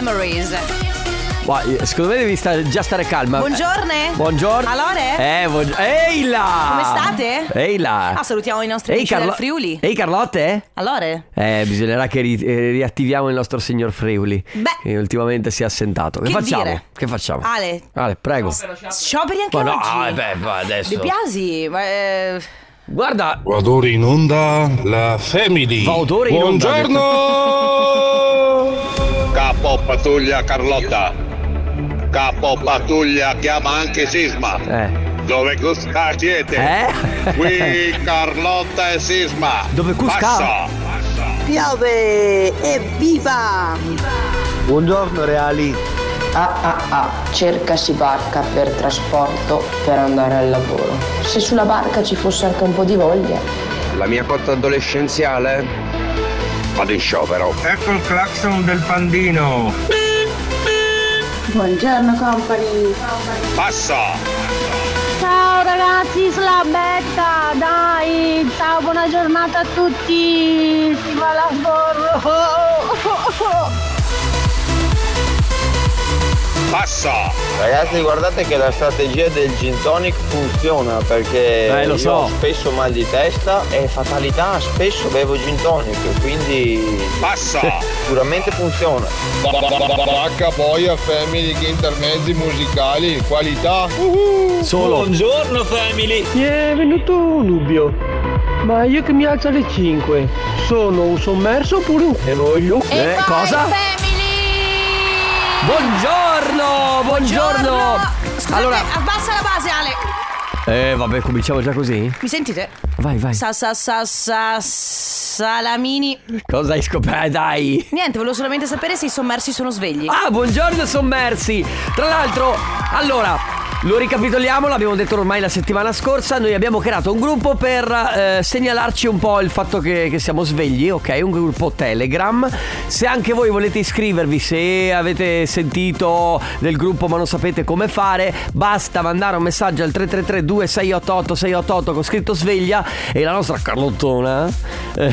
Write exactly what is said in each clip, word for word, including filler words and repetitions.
Memories. Ma secondo me devi stare, già stare calma. Buongiorno. Buongiorno. Allora? Eh, buongiorno. Ehi là. Come state? Ehi là. Ah, salutiamo i nostri Ehi, amici Carlo- del Friuli. Ehi Carlotte? Allora? Eh, bisognerà che ri- eh, riattiviamo il nostro signor Friuli. Beh. Che ultimamente si è assentato. Che, Che facciamo? dire? Che facciamo? Ale. Ale, prego. Scioperi anche Ma no, oggi? eh, beh, ma adesso. De Biasi, ma, eh, Guarda. Va odore in onda la Family. Va odore in onda, Buongiorno. Capo pattuglia Carlotta. Capo pattuglia chiama anche Sisma. Eh. Dove Cusca siete? Eh? Qui Carlotta e Sisma. Dove Cusca? Passa. Piove, evviva! Buongiorno Reali. Ah ah ah, cercasi barca per trasporto per andare al lavoro. Se sulla barca ci fosse anche un po' di voglia. La mia cotta adolescenziale? Vado in sciopero. Ecco il clacson del pandino. Buongiorno company. Passa. Ciao ragazzi, sulla betta, dai, ciao, buona giornata a tutti. Si va al lavoro. Passa. Ragazzi, guardate che la strategia del gin tonic funziona perché Eh, lo io so. ho spesso mal di testa e fatalità, spesso bevo gin tonic, quindi Passa. sicuramente funziona. H poi a Family che intermezzi musicali, qualità. Solo. Buongiorno family. Mi è venuto un dubbio, ma io che mi alzo alle cinque sono un sommerso oppure un feroglio? Eh, cosa? Buongiorno, buongiorno. Scusate, Allora, abbassa la base, Ale. eh, vabbè, cominciamo già così? Mi sentite? Vai, vai. Sa sa sa sa salamini. Cosa hai scoperto? Eh, dai. Niente, volevo solamente sapere se i sommersi sono svegli. Ah, buongiorno sommersi. Tra l'altro, allora, lo ricapitoliamo, l'abbiamo detto ormai la settimana scorsa. Noi abbiamo creato un gruppo per eh, segnalarci un po' il fatto che, che siamo svegli, ok? Un gruppo Telegram. Se anche voi volete iscrivervi, se avete sentito del gruppo ma non sapete come fare, basta mandare un messaggio al tre tre tre due sei otto otto sei otto otto con scritto sveglia. E la nostra Carlottona eh,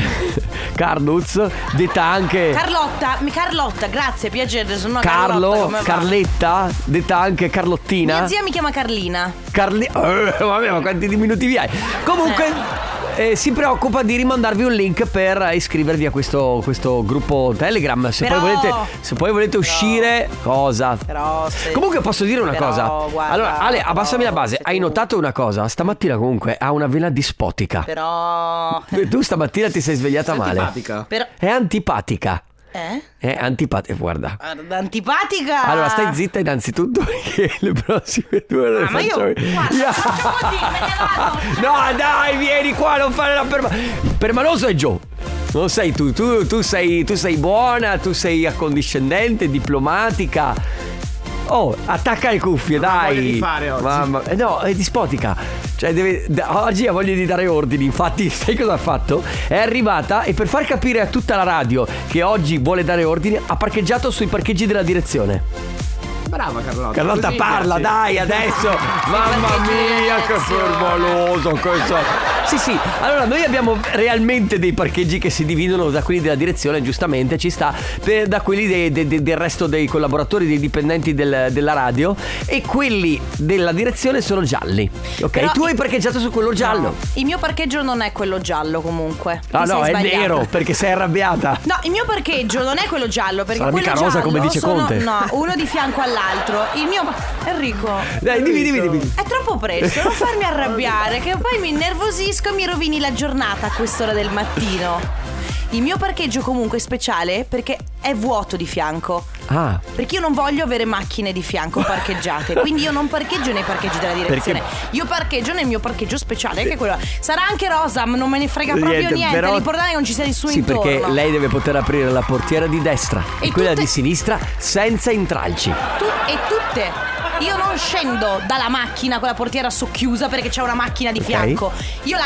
Carluz, detta anche Carlotta, mi Carlotta, grazie, piacere, sono Carlotta, Carlo, come va? Carletta, detta anche Carlottina. Mia zia mi chiama Carlina. Carli... Eh, vabbè, ma quanti diminutivi hai? Comunque eh, si preoccupa di rimandarvi un link per iscrivervi a questo, questo gruppo Telegram. Se Però- poi volete, se poi volete uscire, cosa? Però se... Comunque posso dire una Però, cosa. guarda, Allora, Ale, però, abbassami la base. se Hai tu- notato una cosa? Stamattina comunque ha una vena dispotica. Però... Tu stamattina ti sei svegliata male. Però... È antipatica. Eh? È antipatica, guarda. Guarda, antipatica. Allora, stai zitta innanzitutto perché le prossime due ore le Ah, ma io... facciamo. Guarda, facciamo così, me ne vado. No, dai, vieni qua, non fare la perma... Permaloso è Joe. Non sei tu, tu, tu sei, tu sei buona, tu sei accondiscendente, diplomatica. Oh, attacca le cuffie, Non ha dai. voglia di fare oggi. Mamma, eh, no, è dispotica. Cioè, deve, da- oggi ha voglia di dare ordini. Infatti, sai cosa ha fatto? È arrivata e per far capire a tutta la radio che oggi vuole dare ordini, ha parcheggiato sui parcheggi della direzione. Brava Carlotta. Carlotta, così parla, piace. dai, adesso. Mamma mia, che permaloso questo. Sì, sì, allora noi abbiamo realmente dei parcheggi che si dividono da quelli della direzione, giustamente ci sta, per- da quelli dei- de- de- del resto dei collaboratori, dei dipendenti del- della radio, e quelli della direzione sono gialli. Ok, Però- tu hai parcheggiato su quello giallo. No, il mio parcheggio non è quello giallo comunque. Ah Ti no, sei è sbagliata. nero perché sei arrabbiata. No, il mio parcheggio non è quello giallo, perché Sarà quello mica rosa, giallo come dice sono, Conte. no, uno di fianco all'altro. Il mio Enrico, Dai, dimmi, dimmi, dimmi. è troppo presto, non farmi arrabbiare, che poi mi innervosisco e mi rovini la giornata a quest'ora del mattino. Il mio parcheggio comunque è speciale perché è vuoto di fianco. Ah, Perché io non voglio avere macchine di fianco parcheggiate. Quindi io non parcheggio nei parcheggi della direzione. Perché- Io parcheggio nel mio parcheggio speciale, che è quello. Sarà anche rosa, ma non me ne frega proprio Niente, niente. però- L'importante è che non ci sia nessuno sì, intorno. perché lei deve poter aprire la portiera di destra e, E quella tutte- di sinistra senza intralci. Tu e tutte. Io non scendo dalla macchina con la portiera socchiusa perché c'è una macchina di Ok. fianco. Io la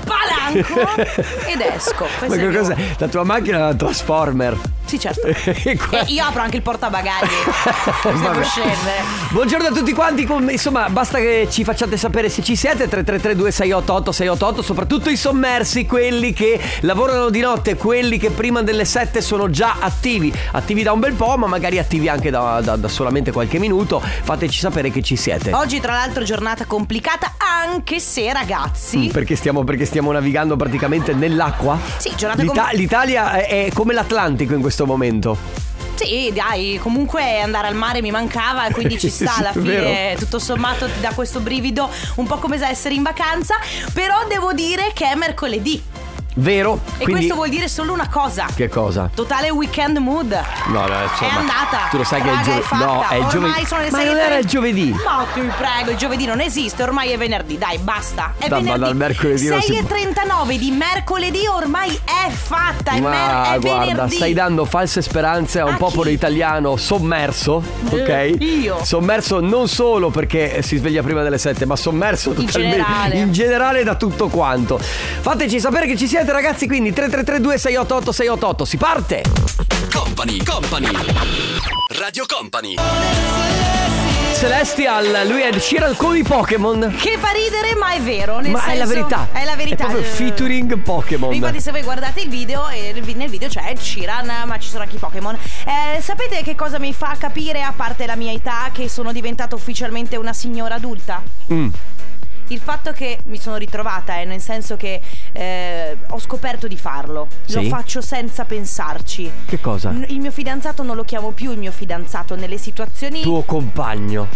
spalanco ed esco. Ma che cos'è? La tua macchina è una Transformer. Sì, certo. E io apro anche il portabagagli. Se devo scendere. Buongiorno a tutti quanti. Insomma, basta che ci facciate sapere se ci siete. Tre tre tre due sei otto otto sei otto otto. Soprattutto i sommersi, quelli che lavorano di notte, quelli che prima delle sette sono già attivi. Attivi da un bel po', ma magari attivi anche da, da, da solamente qualche minuto. Fateci sapere che ci siete. Oggi tra l'altro giornata complicata, anche se ragazzi, Perché stiamo, perché stiamo navigando praticamente nell'acqua. Sì, giornata L'Ita- com- L'Italia è, è come l'Atlantico in questo momento. Sì, dai, comunque andare al mare mi mancava e quindi ci sta alla Sì, fine, vero. tutto sommato ti dà questo brivido un po' come se essere in vacanza. Però devo dire che è mercoledì. Vero? E Quindi, questo vuol dire solo una cosa. che cosa? Totale weekend mood. No, no, insomma, è andata. Tu lo sai che è il Raga, giovedì. fatta. No, è il Ormai giovedì. sono le Ma sei non e era il trenta. giovedì. Ma ti prego, il giovedì non esiste, ormai è venerdì. Dai, basta. È No, ma venerdì. dal mercoledì non si sei e può. trentanove di mercoledì ormai è fatta. È, Ma mer- è guarda, venerdì. stai dando false speranze a un A popolo chi? italiano sommerso, ok? Eh, io. Sommerso non solo perché si sveglia prima delle sette, ma sommerso In totalmente generale. in generale da tutto quanto. Fateci sapere che ci siete, ragazzi, quindi tre tre tre due sei otto otto sei otto otto. Si parte. Company, Company, Radio Company. Celestial, lui è Ed Sheeran con i Pokémon. Che fa ridere, ma è vero. Nel Ma è la senso- verità. È la verità. È proprio featuring Pokémon. Infatti, se voi guardate il video, eh, nel video c'è Ed Sheeran, ma ci sono anche i Pokémon. Eh, sapete che cosa mi fa capire, a parte la mia età, che sono diventata ufficialmente una signora adulta? Mm. Il fatto che mi sono ritrovata, eh, nel senso che eh, ho scoperto di farlo. Lo Sì? faccio senza pensarci. Che cosa? N- il mio fidanzato non lo chiamo più il mio fidanzato nelle situazioni. Tuo compagno.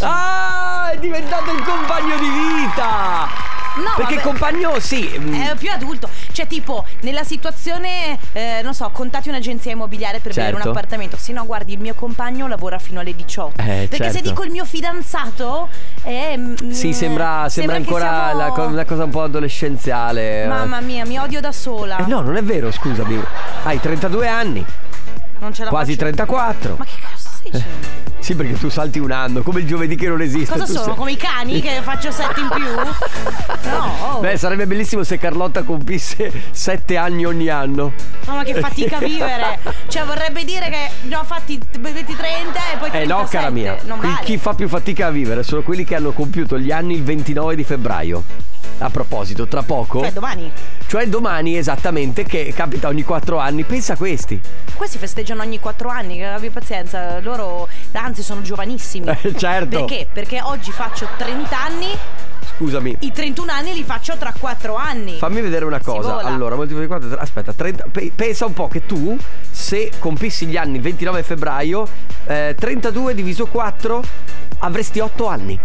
Ah, è diventato il compagno di vita. No, Perché vabbè, compagno, sì. è più adulto. Cioè tipo nella situazione eh, non so, contatti un'agenzia immobiliare per vedere un Certo. appartamento. Se no, guardi, il mio compagno lavora fino alle diciotto. Eh, Perché se certo. dico il mio fidanzato è, mm, Sì, sembra, sembra che ancora siamo- la co- una cosa un po' adolescenziale. Mamma mia, mi odio da sola. Eh, no, non è vero, scusami. Hai trentadue anni, Non ce la quasi faccio. trentaquattro. Ma che cazzo stai dicendo? Sì, perché tu salti un anno, come il giovedì che non esiste. Cosa tu sono? sei- Come i cani che faccio sette in più? No. Oh. Beh, sarebbe bellissimo se Carlotta compisse sette anni ogni anno. Mamma, che fatica a vivere. Cioè vorrebbe dire che ne ho fatti venti trenta e poi trentasette. Eh no, cara mia. Non Qui- vale. Chi fa più fatica a vivere sono quelli che hanno compiuto gli anni il ventinove di febbraio. A proposito, tra poco, Cioè domani. cioè domani esattamente, che capita ogni quattro anni. Pensa a questi. Questi festeggiano ogni quattro anni, abbi pazienza. Loro anzi sono giovanissimi. Eh, certo. Perché? Perché oggi faccio trenta anni, Scusami. i trentuno anni li faccio tra quattro anni. Fammi vedere una Si cosa. vola. Allora, moltiplico di quattro, aspetta, trenta, pe- pensa un po' che tu, se compissi gli anni il ventinove febbraio, eh, trentadue diviso quattro, avresti otto anni.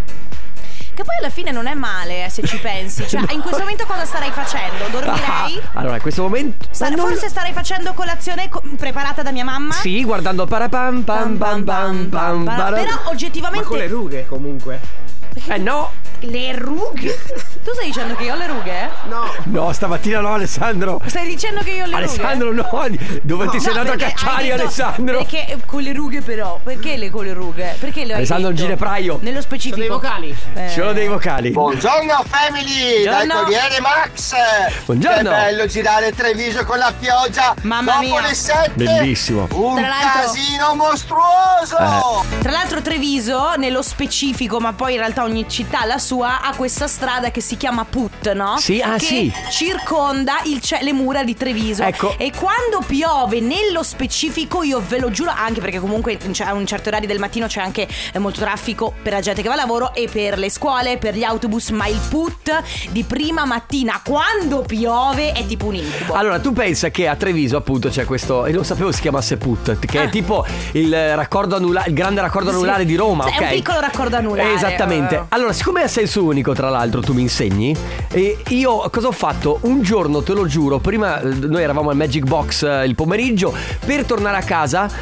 Che poi alla fine non è male, eh, se ci pensi. Cioè, in questo momento cosa starei facendo? Dormirei? Ah, allora, in questo momento Sta- ma non- Forse starei facendo colazione co- preparata da mia mamma. Sì, guardando parapam pam pam pam pam para- Però oggettivamente Ma con le rughe comunque. Eh no. le rughe. Tu stai dicendo che io ho le rughe? No. No, stamattina no, Alessandro. Stai dicendo che io ho le Alessandro, rughe? no, dove ti No, sei andato a perché hai cacciare, detto- Alessandro? Perché con le rughe però? Perché le con le rughe? Perché le hai Alessandro detto? Ginepraio. Nello specifico. Sono dei vocali. Eh. Ci sono dei vocali. Buongiorno family, dal Buongiorno. Corriere Max. Buongiorno. Che bello girare Treviso con la pioggia. Mamma dopo mia. le sette. Bellissimo. Un Tra l'altro- casino mostruoso. Eh. Tra l'altro Treviso, nello specifico, ma poi in realtà ogni città ha la sua, ha questa strada che si chiama Put, no? Sì, ah, che sì. circonda il ce- le mura di Treviso. Ecco. E quando piove, nello specifico, io ve lo giuro, anche perché comunque cioè, a un certo orario del mattino c'è anche eh, molto traffico per la gente che va a lavoro e per le scuole, per gli autobus, ma il Put di prima mattina, quando piove, è tipo un incubo. Allora, tu pensa che a Treviso appunto c'è questo, e non sapevo si chiamasse Put, che Ah. è tipo il raccordo anulare, il grande raccordo Sì. anulare di Roma, È ok? un piccolo raccordo anulare. Esattamente. Eh. Allora, siccome è a senso unico, tra l'altro, tu mi insegni, e io cosa ho fatto? Un giorno, te lo giuro, prima eh, noi eravamo al Magic Box eh, il pomeriggio, per tornare a casa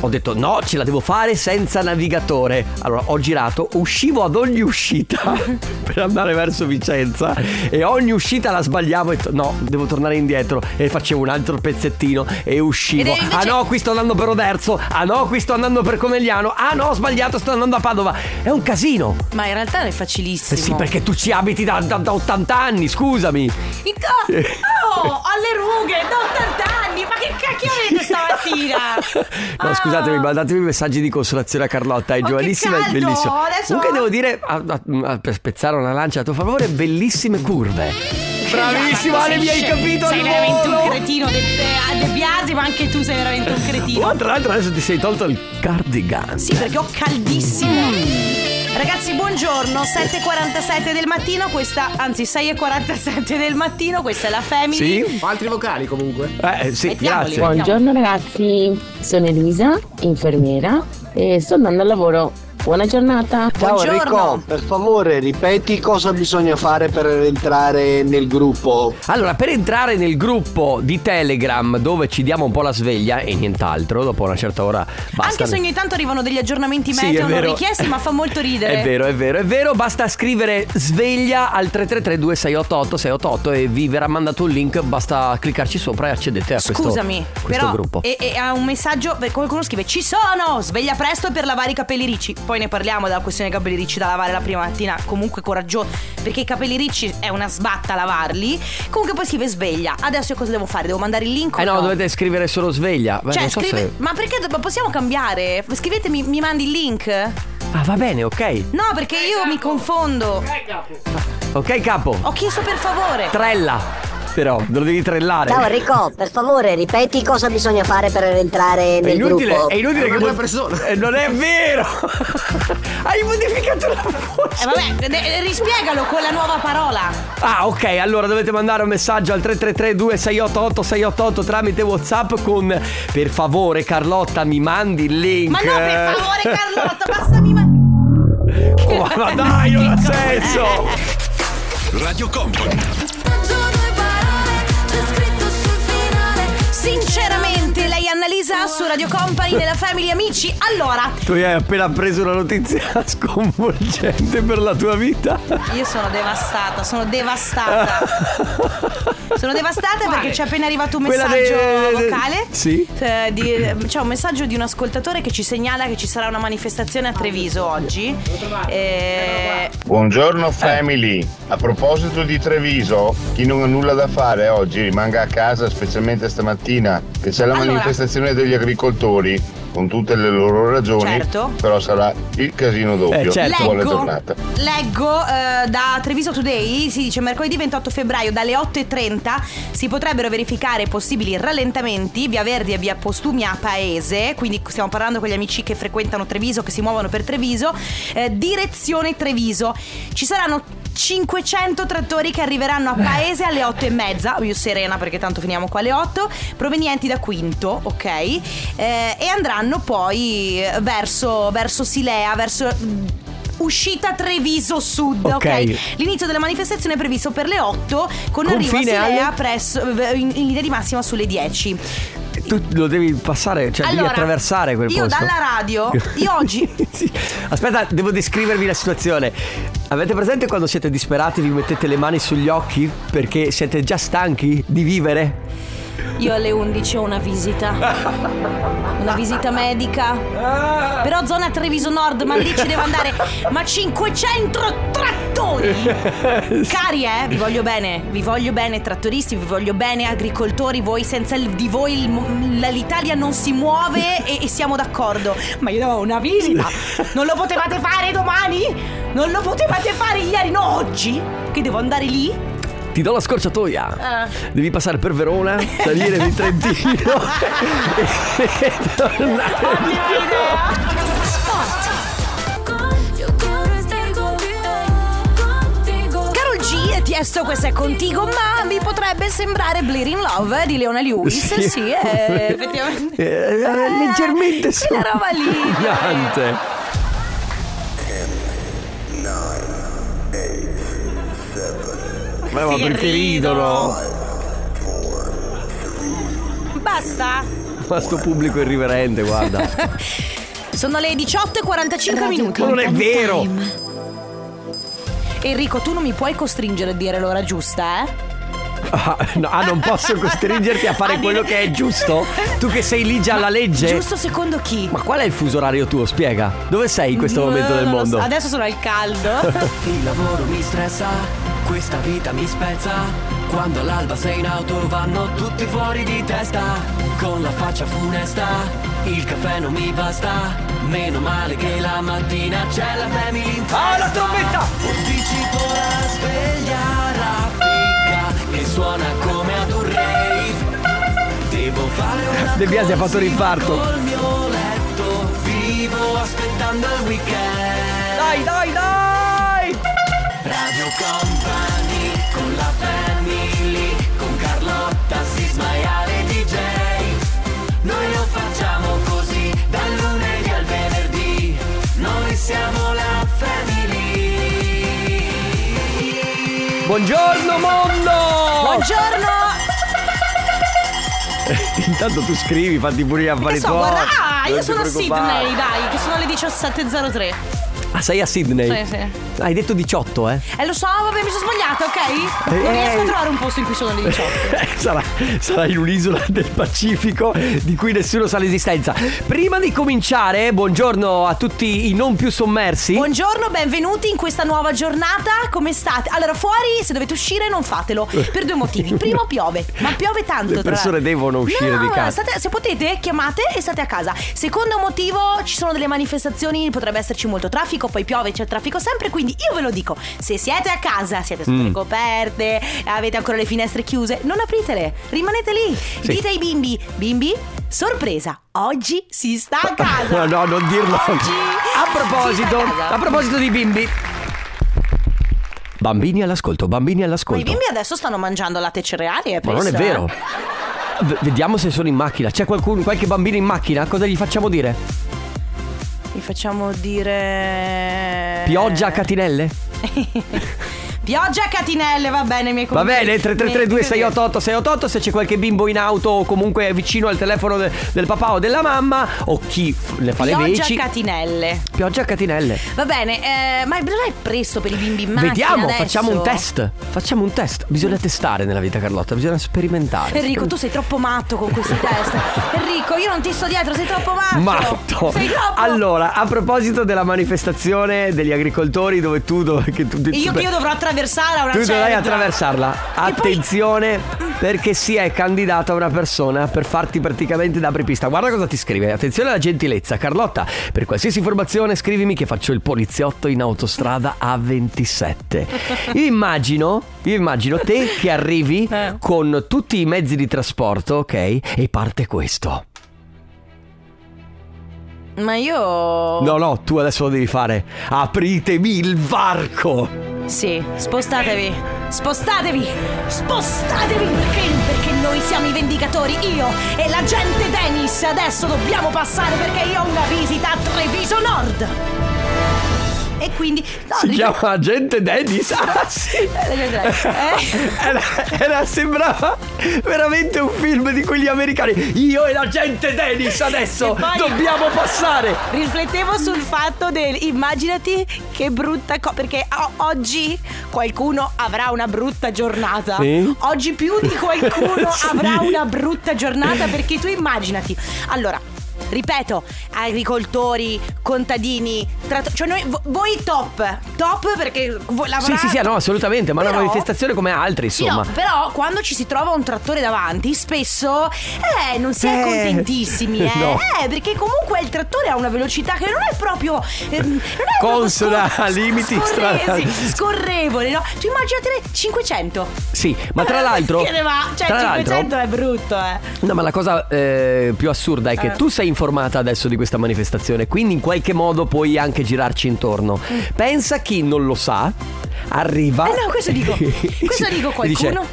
ho detto no, ce la devo fare senza navigatore. Allora ho girato, uscivo ad ogni uscita per andare verso Vicenza e ogni uscita la sbagliavo e ho detto no, devo tornare indietro e facevo un altro pezzettino e uscivo. Invece... ah no, qui sto andando per Oderzo. Ah no, qui sto andando per Conegliano. Ah no, ho sbagliato, sto andando a Padova. È un casino. Ma in realtà è facilissimo. Eh sì, perché tu ci abiti da, da, da ottanta anni, scusami. In co- oh, alle rughe da ottanta anni. Ma che cacchio avete stamattina? No, ah. scusatemi, mandatemi messaggi di consolazione a Carlotta. È oh, giovanissima e bellissima. Adesso... Comunque devo dire, a, a, a, per spezzare una lancia a tuo favore, bellissime curve. Bravissima, Ale, mi hai capito. Sei veramente un cretino De, De Biasi, ma anche tu sei veramente un cretino. Oh, tra l'altro adesso ti sei tolto il cardigan. Sì, perché ho caldissimo. mm. Ragazzi, buongiorno, sette e quarantasette del mattino, questa, anzi sei e quarantasette del mattino, questa è la Family. Sì. Ho altri vocali comunque. Eh sì, Mettiamoli, grazie. Buongiorno ragazzi, sono Elisa, infermiera e sto andando al lavoro. Buona giornata. Ciao Buongiorno. Enrico, per favore ripeti cosa bisogna fare per entrare nel gruppo. Allora, per entrare nel gruppo di Telegram dove ci diamo un po' la sveglia e nient'altro, dopo una certa ora basta. Anche se ogni tanto arrivano degli aggiornamenti Sì, meteo è non vero. richiesti, ma fa molto ridere. È vero, è vero, è vero. Basta scrivere sveglia al tre tre tre due sei otto otto sei otto otto e vi verrà mandato un link. Basta cliccarci sopra e accedete a questo, Scusami, questo però gruppo. E, e ha un messaggio, qualcuno scrive: ci sono, sveglia presto per lavare i capelli ricci. Poi ne parliamo della questione dei capelli ricci da lavare la prima mattina. Comunque coraggioso, perché i capelli ricci è una sbatta lavarli. Comunque poi scrive sveglia. Adesso io cosa devo fare? Devo mandare il link o Eh no, no? dovete scrivere solo sveglia. Beh, Cioè non so scrive se... Ma perché do- possiamo cambiare? Scrivetemi, mi mandi il link? Ah, va bene, ok. No, perché io mi confondo. Ok, capo. Ho chiesto per favore. Trella. Però, non lo devi trellare. Ciao Enrico, per favore ripeti cosa bisogna fare per entrare È nel inutile, gruppo. è inutile che due mo- persone. Eh, non è vero. Hai modificato la voce. Eh vabbè, de- rispiegalo con la nuova parola. Ah, ok, allora dovete mandare un messaggio al tre tre tre due sei otto otto sei otto otto tramite WhatsApp con per favore Carlotta mi mandi il link. Ma no, per favore Carlotta, passami ma... Oh, ma dai, non ha senso. Radio Company. Sinceramente, lei è Annalisa su Radio Company nella Family Amici. Allora, Tu hai appena preso una notizia sconvolgente per la tua vita. io sono devastata, sono devastata. Sono devastata perché ci è appena arrivato un Quella messaggio de- vocale. Sì. Eh, di- c'è un messaggio di un ascoltatore che ci segnala che ci sarà una manifestazione a Treviso oggi. Eh, Buongiorno family. A proposito di Treviso, chi non ha nulla da fare oggi rimanga a casa, specialmente stamattina, che c'è la Allora. manifestazione degli agricoltori. Con tutte le loro ragioni, Certo. però sarà il casino doppio. Eh, certo. Buona Leggo, giornata. leggo eh, da Treviso Today, si dice mercoledì ventotto febbraio dalle otto e trenta si potrebbero verificare possibili rallentamenti via Verdi e via Postumia a Paese, quindi stiamo parlando con gli amici che frequentano Treviso, che si muovono per Treviso, eh, direzione Treviso. Ci saranno cinquecento trattori che arriveranno a Paese alle otto e mezza, più serena perché tanto finiamo qua alle otto, provenienti da Quinto, ok? Eh, e andranno poi verso, verso Silea, verso uscita Treviso Sud, ok? Ok. L'inizio della manifestazione è previsto per le otto con arrivo a Confine Silea alle- presso, in, in linea di massima sulle dieci. Tu lo devi passare, cioè devi Allora, attraversare quel io posto. dalla radio, io oggi Sì. Aspetta, devo descrivervi la situazione. Avete presente quando siete disperati, vi mettete le mani sugli occhi perché siete già stanchi di vivere? Io alle undici ho una visita. Una visita medica. Però zona Treviso Nord, ma lì ci devo andare. Ma cinquecento trattori. Cari, eh, vi voglio bene. Vi voglio bene trattoristi, vi voglio bene agricoltori. Voi, senza il- di voi il- la- l'Italia non si muove e, e siamo d'accordo. Ma io avevo una visita. Non lo potevate fare domani? Non lo potevate fare ieri? No, oggi? Che devo andare lì? Ti do la scorciatoia. Eh. Devi passare per Verona, salire di Trentino e tornare. Carol G, Tiesto, questo è Contigo, ma mi potrebbe sembrare Bleeding Love di Leona Lewis. Sì. Sì, eh, effettivamente. Eh, eh, leggermente quella roba lì. somigliante. Ma, ma Sì, perché ridono. ridono? Basta. Ma sto pubblico irriverente, guarda. Sono le diciotto e quarantacinque minuti. Ma non è vero. Enrico, tu non mi puoi costringere a dire l'ora giusta, eh? Ah, no, ah, non posso costringerti a fare a quello dire... che è giusto? Tu che sei lì già alla legge. Giusto secondo chi? Ma qual è il fuso orario tuo? Spiega. Dove sei in questo no, momento del mondo? So. Adesso sono al caldo. Il lavoro mi stressa, questa vita mi spezza. Quando all'alba sei in auto vanno tutti fuori di testa. Con la faccia funesta, il caffè non mi basta. Meno male che la mattina c'è la family in festa. Ah, la trombetta! Posticipo la sveglia raffica che suona come ad un rave. Devo fare una De Biasi ha fatto l'infarto. Col mio letto vivo aspettando il weekend. Dai, dai, dai! Radio Company con la family, con Carlotta, Sisma e Ale D J. Noi lo facciamo così, dal lunedì al venerdì. Noi siamo la family. Buongiorno mondo! Buongiorno! Intanto tu scrivi, fatti pure gli affari so, tuoi. Guarda, ah, io sono a Sydney, dai, che sono le diciassette e zero tre. Ah, sei a Sydney? Sì, sì. Hai detto diciotto, eh? Eh, lo so, vabbè, mi sono sbagliata, ok? Non eh, riesco a trovare un posto in cui sono le diciotto. sarà, sarà in un'isola del Pacifico di cui nessuno sa l'esistenza. Prima di cominciare, buongiorno a tutti i non più sommersi. Buongiorno, benvenuti in questa nuova giornata. Come state? Allora, fuori, se dovete uscire, non fatelo. Per due motivi. Primo, piove, ma piove tanto. Le persone tra... devono uscire no, di casa. State, se potete, chiamate e state a casa. Secondo motivo, ci sono delle manifestazioni, potrebbe esserci molto traffico, poi piove, c'è traffico sempre. Quindi io ve lo dico, se siete a casa, siete sotto le mm. coperte, avete ancora le finestre chiuse, non apritele, rimanete lì. Sì. Dite ai bimbi, bimbi, sorpresa, oggi si sta a casa. No, no, non dirlo. Oggi a proposito, a, a proposito di bimbi. Bambini all'ascolto, bambini all'ascolto. Ma i bimbi adesso stanno mangiando latte e cereali, è Ma non è vero. V- vediamo se sono in macchina. C'è qualcuno, qualche bambino in macchina? Cosa gli facciamo dire? Gli facciamo dire... Pioggia a catinelle? Pioggia a catinelle, va bene, mi Va bene, tre tre tre due sei otto otto sei otto otto. Se c'è qualche bimbo in auto o comunque vicino al telefono de- del papà o della mamma, o chi f- le fa Pioggia le veci. Pioggia a catinelle. Pioggia a catinelle. Va bene, eh, ma non è presto per i bimbi in macchina? Vediamo, adesso? facciamo un test. Facciamo un test. Bisogna testare nella vita, Carlotta, bisogna sperimentare. Enrico, tu sei troppo matto con questi test. Enrico, io non ti sto dietro, sei troppo matto. Matto. Sei troppo. Allora, a proposito della manifestazione degli agricoltori, dove tu dove, che tu, Io che io dovrò attraversare a una Tu certa. dovrai attraversarla. Attenzione, poi... perché si è candidata una persona per farti praticamente da apripista. Guarda cosa ti scrive. Attenzione alla gentilezza. Carlotta, per qualsiasi informazione scrivimi che faccio il poliziotto in autostrada A ventisette. Io immagino, io immagino te che arrivi eh. con tutti i mezzi di trasporto, ok? E parte questo. Ma io... No, no, tu adesso lo devi fare. Apritemi il varco. Sì, spostatevi. Spostatevi. Spostatevi perché, perché noi siamo i vendicatori. Io e l'agente Dennis. Adesso dobbiamo passare perché io ho una visita a Treviso Nord. E quindi no, si rif- chiama agente Dennis. Ah sì eh? era, era, sembrava veramente un film di quelli americani. Io e l'agente Dennis adesso dobbiamo passare. Riflettevo sul fatto del immaginati che brutta cosa, perché o- oggi qualcuno avrà una brutta giornata, sì? Oggi più di qualcuno sì. avrà una brutta giornata, perché tu immaginati. Allora, ripeto, agricoltori, contadini, tratto- cioè noi, voi top, top perché lavorate. Sì, sì, sì, no, assolutamente, ma però, una manifestazione come altre, insomma. Sì, no, però quando ci si trova un trattore davanti, spesso eh, non si è eh, contentissimi, eh. No. Eh, perché comunque il trattore ha una velocità che non è proprio eh, non è consona scor- a limiti scorrevoli, scorrevole, no? Tu immaginatene cinquecento. Sì, ma tra l'altro che ne va? Cioè tra cinquecento l'altro, è brutto, eh. No, ma la cosa eh, più assurda è che eh. tu sei informata adesso di questa manifestazione, quindi in qualche modo puoi anche girarci intorno. Mm. Pensa chi non lo sa, arriva. Eh no, questo dico. Questo dico qualcuno. Dice,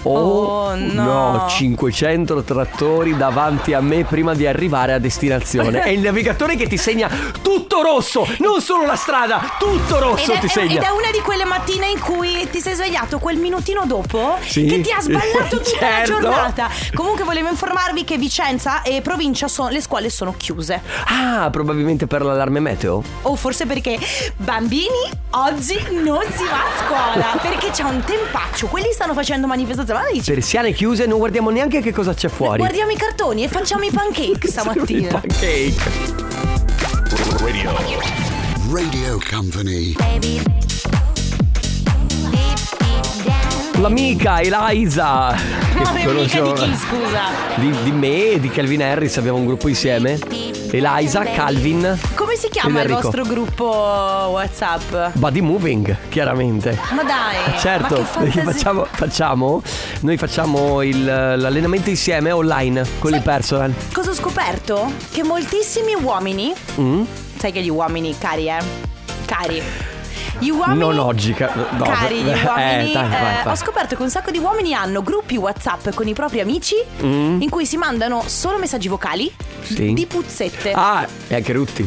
Oh, Oh, no. cinquecento trattori davanti a me prima di arrivare a destinazione. È il navigatore che ti segna tutto rosso, non solo la strada, tutto rosso Ed è, ti segna. ed è una di quelle mattine in cui ti sei svegliato quel minutino dopo, Sì. che ti ha sballato tutta Certo. la giornata. Comunque volevo informarvi che Vicenza e provincia sono, le scuole sono chiuse. Ah, probabilmente per l'allarme meteo? O forse perché bambini oggi non si va a scuola, perché c'è un tempaccio. Quelli stanno facendo manifestazioni. Ma dici, Persiane chiuse, non guardiamo neanche che cosa c'è fuori. guardiamo i cartoni e facciamo i pancake I stamattina. pancake. Radio. Radio Company. L'amica Eliza. No, che è mica di conosciamo- chi, scusa? Di, di me e di Calvin Harris, abbiamo un gruppo insieme. Eliza, Calvin, Come si chiama il Enrico. vostro gruppo WhatsApp? Body Moving, chiaramente. Ma dai, Certo, ma che fantasia. facciamo, facciamo Noi facciamo il, l'allenamento insieme online con il personal. Cosa ho scoperto? Che moltissimi uomini, Mm? sai che gli uomini cari, eh? Cari. Gli uomini Non oggi, ca- no, Cari, gli eh, uomini, dai, vai, eh, vai. ho scoperto che un sacco di uomini hanno gruppi WhatsApp con i propri amici Mm. in cui si mandano solo messaggi vocali Sì. di puzzette. Ah, e anche Rutti.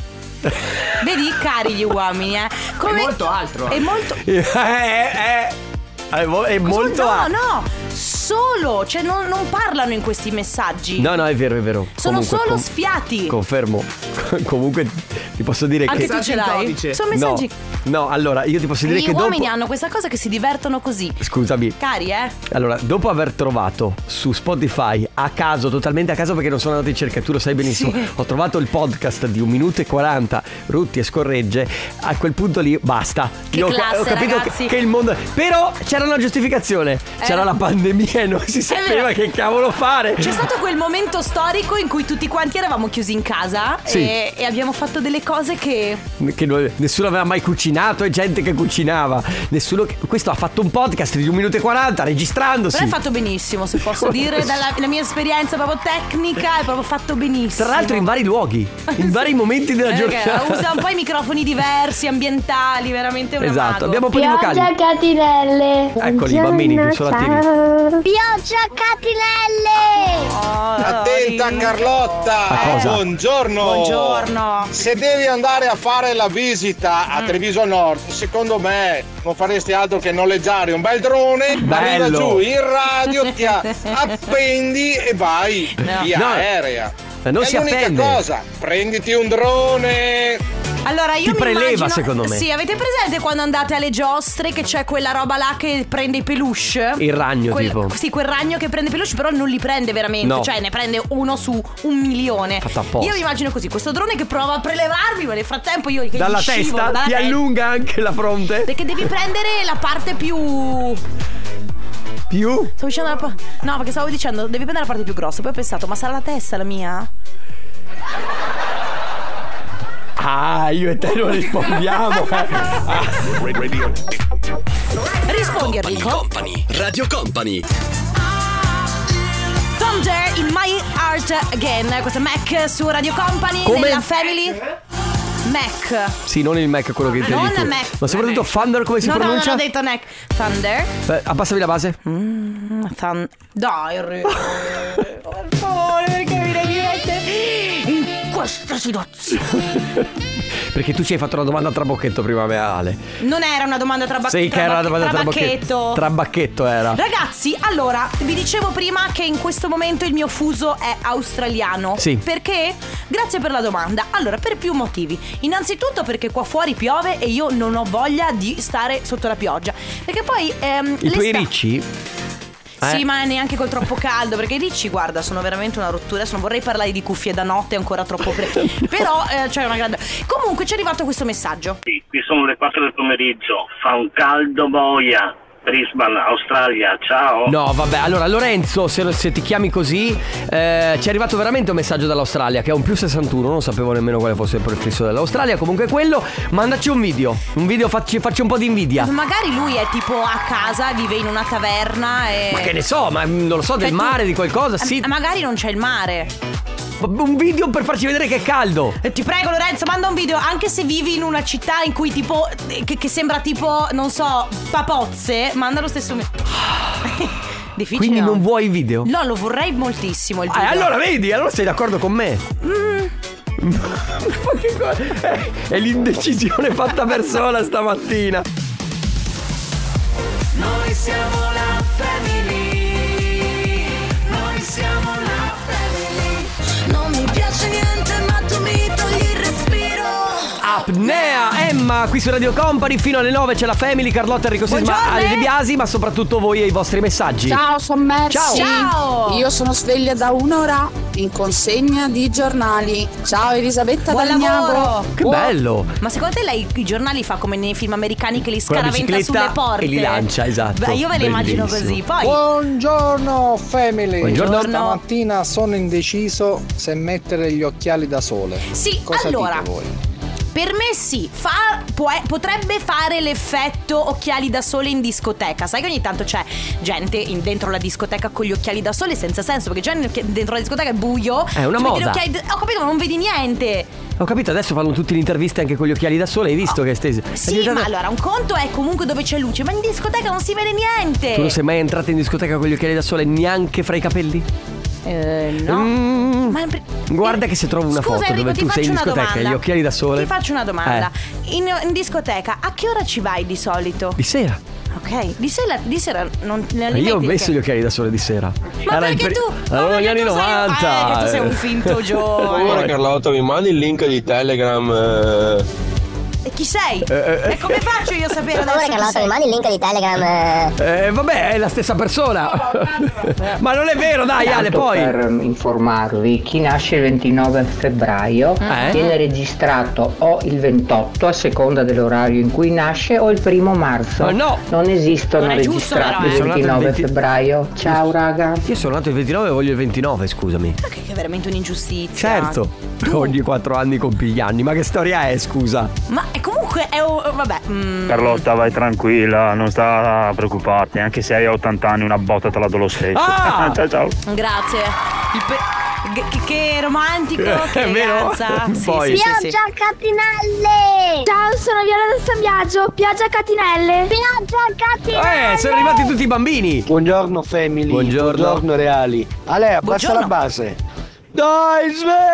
Vedi, cari gli uomini, eh? Come... E molto altro. E molto... Eh, eh, è, mo- è molto no, a- no, solo, cioè non, non parlano in questi messaggi. No, no, è vero, è vero. Sono Comunque, solo com- sfiati. Confermo. Comunque ti posso dire Anche che tu ce l'hai? codice. Sono messaggi. No, no, allora io ti posso dire Gli che uomini dopo hanno questa cosa che si divertono così. Scusami. Cari, eh? Allora, dopo aver trovato su Spotify a caso, totalmente a caso perché non sono andato in cerca, tu lo sai benissimo, Sì. ho trovato il podcast di un minuto e quaranta, Rutti e Scorregge, a quel punto lì basta. Che Io ho, classe, ho capito che, ragazzi. che il mondo... Però c'era una giustificazione, c'era Eh. la pandemia e non si sapeva vero. che cavolo fare. C'è stato quel momento storico in cui tutti quanti eravamo chiusi in casa Sì. e, e abbiamo fatto delle cose che... Che noi- nessuno aveva mai cucinato e gente che cucinava. Nessuno che- questo ha fatto un podcast di un minuto e quaranta registrandosi. Però è fatto benissimo, se posso Come dire, sì. dalla la mia esperienza proprio tecnica, è proprio fatto benissimo. Tra l'altro in vari luoghi, in vari momenti della Eh, giornata. perché usa un po' i microfoni diversi, ambientali, veramente un Esatto, mago. abbiamo un po' di vocali. Pioggia catinelle. Eccoli, i bambini che sono attivi. Pioggia catinelle. Oh, Attenta dai. Carlotta. A cosa? Buongiorno. Buongiorno. Se devi andare a fare la visita a Mm. Treviso Nord, secondo me non faresti altro che noleggiare un bel drone, Bello. arriva giù in radio, ti a- appendi e vai No. via No. aerea. Eh, non è si l'unica appende. cosa, prenditi un drone. Allora io Ti mi preleva, immagino, secondo me. Sì, avete presente quando andate alle giostre che c'è quella roba là che prende i peluche? Il ragno, Quel- tipo. Sì, quel ragno che prende i peluche, però non li prende veramente, No. cioè ne prende uno su un milione. Fatto apposta. Io mi immagino così, questo drone che prova a prelevarmi, ma nel frattempo io che Dalla gli scivolo, testa dalla ti testa. allunga anche la fronte. Perché devi prendere la parte più... Più? Stavo dicendo la pa- No, perché stavo dicendo, devi prendere la parte più grossa. Poi ho pensato, ma sarà la testa la mia? Ah, io e te non rispondiamo. eh. Ah. Radio Rispondi Enrico. Company. Radio Company. Thunder in My Heart Again. Questo è Mac su Radio Company. Come? Nella Family. Mac. Sì, non il Mac, quello che intendi Non tu. Mac. Ma soprattutto Thunder come si no, no, pronuncia? non ho detto Mac. Thunder. Eh, abbassami la base. Mm, thun- Dai, Enrico. Per favore, perché mi devi mettere in questa situazione? Perché tu ci hai fatto una domanda a trabocchetto prima a me, Ale. Non era una domanda tra Sì, che era una domanda a trabocchetto. trabacchetto. Trabacchetto era. Ragazzi, allora, vi dicevo prima che in questo momento il mio fuso è australiano. Sì. Perché? Grazie per la domanda. Allora, per più motivi. Innanzitutto perché qua fuori piove e io non ho voglia di stare sotto la pioggia. Perché poi ehm, I tuoi l'esta- ricci? Sì, Eh? ma neanche col troppo caldo. Perché i ricci, guarda, sono veramente una rottura. Adesso non vorrei parlare di cuffie da notte, è ancora troppo pre- Però eh, c'è una grande. Comunque ci è arrivato questo messaggio. Sì, qui sono le quattro del pomeriggio, fa un caldo boia, Brisbane, Australia, ciao. No, vabbè, allora Lorenzo, se, se ti chiami così, eh, ci è arrivato veramente un messaggio dall'Australia che è un più sessantuno, non sapevo nemmeno quale fosse il prefisso dell'Australia. Comunque quello, mandaci un video, un video facci, facci un po' di invidia. Magari lui è tipo a casa, vive in una taverna e... Ma che ne so, ma mm, non lo so, del Cioè, tu- mare, di qualcosa, Eh, sì. Magari non c'è il mare. Un video per farci vedere che è caldo. Eh, Ti prego Lorenzo, manda un video. Anche se vivi in una città in cui tipo che, che sembra tipo, non so, Papozze, manda lo stesso video. Difficile. Quindi no. non vuoi video? No, lo vorrei moltissimo il video. Ah, allora vedi, allora sei d'accordo con me. Mm. Ma che cosa? È, è l'indecisione fatta per sola stamattina. Noi siamo la family. Noi siamo la family. Non mi piace niente ma tu mi togli il respiro. Apnea, Emma, qui su Radio Company fino alle nove c'è la Family, Carlotta, Enrico Sisma, Ale De Biasi, ma soprattutto voi e i vostri messaggi. Ciao, sono Mercy. Ciao. Ciao. Io sono sveglia da un'ora in consegna di giornali. Ciao Elisabetta Buon Dagnago. lavoro. Che bello. Ma secondo te lei i giornali fa come nei film americani che li Con la scaraventa bicicletta sulle porte e li lancia, esatto. Beh, io ve le immagino Bellissimo. così. Poi Buongiorno family. Buongiorno. Stamattina sono indeciso se mettere gli occhiali da sole. Sì, Cosa allora dite voi? per me sì, fa, può, potrebbe fare l'effetto occhiali da sole in discoteca. Sai che ogni tanto c'è gente in, dentro la discoteca con gli occhiali da sole senza senso, perché già dentro la discoteca è buio. È una Ci metti gli moda. occhiali, ho capito, ma non vedi niente. Ho capito, adesso fanno tutte le interviste anche con gli occhiali da sole, hai visto Oh, che è stesi? Sì, ma allora un conto è comunque dove c'è luce, ma in discoteca non si vede niente. Tu non sei mai entrata in discoteca con gli occhiali da sole neanche fra i capelli? Eh, no. Mm. Ma Guarda che se trovo una Scusa, foto Enrico, dove ti tu sei in faccio una discoteca e domanda. gli occhiali da sole. Ti faccio una domanda. Eh. In, in discoteca a che ora ci vai di solito? Di sera. Ok, di sera, di sera non ne Ma io ho metti messo che- gli occhiali da sole di sera. Ma Era il perché pri- tu? Ma Allora, gli perché anni tu sei un- novanta. eh, che tu sei un finto giovane. Allora Carlotta, mi mandi il link di Telegram. eh. E chi sei? Eh, E come faccio io a sapere Per favore adesso chi Carlotta, sei? mi mandi il link di Telegram. Eh, vabbè, è la stessa persona. Ma non è vero, dai, Ale, Tanto poi. per informarvi, chi nasce il ventinove febbraio Eh? viene registrato o il ventotto a seconda dell'orario in cui nasce o il primo marzo. Ma no! Non esistono Non è giusto, registrati però, eh. il Sono nato il ventinove venti febbraio. Ciao raga. Io sono nato il ventinove e voglio il ventinove, scusami. Ma che è veramente un'ingiustizia. Certo, ogni quattro anni compi gli anni. Ma che storia è, scusa? Ma è comunque è un- vabbè. mm, Carlotta, vai tranquilla, non sta a preoccuparti, anche se hai ottanta anni una botta te la do lo stesso. Ah! ciao ciao. Grazie. Il pe- che, che- che romantico, che È vero? ragazza. Sì, Poi. sì, sì, sì. Catinelle! Ciao, sono Viola da San Biagio, pioggia Catinelle! Pioggia Catinelle! Eh, sono arrivati tutti i bambini. Buongiorno family. Buongiorno. Buongiorno reali. Ale, abbassa Buongiorno. la base. Dai,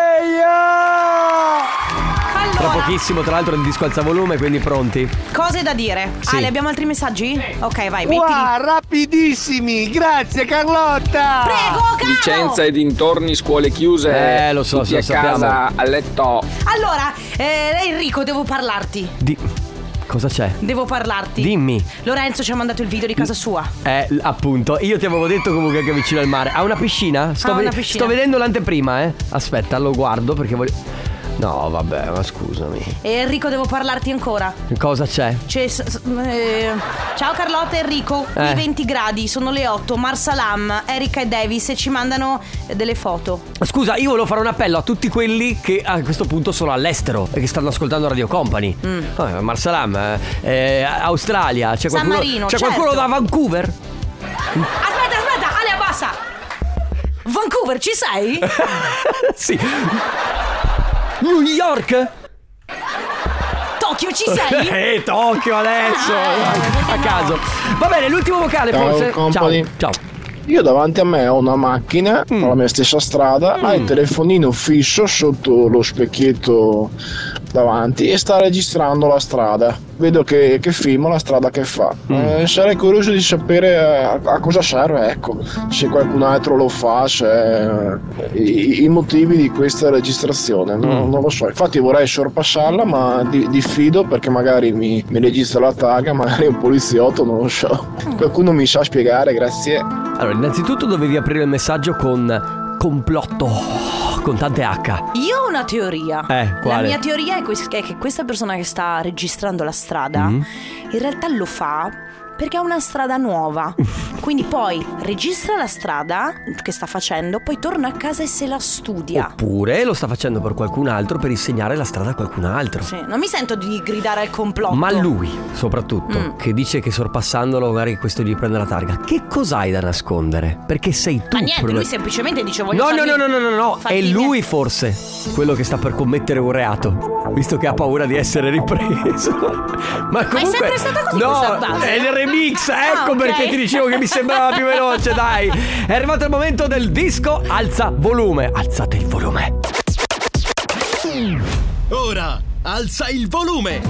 sveglia! Tra Allora, pochissimo, tra l'altro, il disco alza volume, quindi pronti. cose da dire. Sì. Ale, abbiamo altri messaggi? Ok, vai, mettili. Wow, rapidissimi! Grazie Carlotta! Prego, caro! Vicenza e dintorni, scuole chiuse. Eh, lo so, tutti lo a sappiamo. casa, a letto. Allora, eh, Enrico, devo parlarti. Di... Cosa c'è? Devo parlarti. Dimmi. Lorenzo ci ha mandato il video di casa sua. Eh, appunto, io ti avevo detto comunque che è vicino al mare. Ha una piscina? Sto, Ha una ve- piscina. sto vedendo l'anteprima, eh. Aspetta, lo guardo perché voglio... No, vabbè, ma scusami. E Enrico, devo parlarti ancora. Cosa c'è? C'è, s- s- eh, ciao Carlotta e Enrico, qui Eh. venti gradi, sono le otto, Marsalam, Erika e Davis e ci mandano eh, delle foto. Scusa, io volevo fare un appello a tutti quelli che a questo punto sono all'estero e che stanno ascoltando Radio Company. Mm. Eh, Marsalam, eh, eh, Australia, c'è San qualcuno, Marino, c'è certo. qualcuno da Vancouver? Aspetta, aspetta, Ale, abbassa. Vancouver, ci sei? Sì. New York? Tokyo, ci sei? Eh, Tokyo adesso. Ah, a caso. Va bene, l'ultimo vocale Ciao, forse. company. Ciao. Ciao. Io davanti a me ho una macchina, Mm. alla mia stessa strada, ha il telefonino fisso sotto lo specchietto davanti e sta registrando la strada. Vedo che, che filma la strada che fa. Mm. Eh, sarei curioso di sapere a, a cosa serve, ecco, se qualcun altro lo fa, se, i, i motivi di questa registrazione. No, Mm. Non lo so, infatti vorrei sorpassarla, ma di- diffido perché magari mi, mi registra la targa, magari un poliziotto, non lo so. Qualcuno mi sa spiegare, grazie. Allora, innanzitutto dovevi aprire il messaggio con complotto, con tante H. Io ho una teoria. Eh, quale? La mia teoria è, que- è che questa persona che sta registrando la strada Mm. in realtà lo fa perché è una strada nuova. Quindi poi registra la strada che sta facendo, poi torna a casa e se la studia. Oppure lo sta facendo per qualcun altro per insegnare la strada a qualcun altro. Sì, non mi sento di gridare al complotto. Ma lui, soprattutto, Mm. che dice che sorpassandolo magari questo gli prende la targa. Che cos'hai da nascondere? Perché sei tu. Ma niente, proba- lui semplicemente dice voglio No, no, farmi- no, no, no, no, no. farmi È i miei- lui forse quello che sta per commettere un reato. visto che ha paura di essere ripreso. Ma comunque, Ma è sempre stata così no, questa base? è il remix, ecco Ah, ok. perché ti dicevo che mi sembrava più veloce, dai. È arrivato il momento del disco alza volume. Alzate il volume. Ora alza il volume.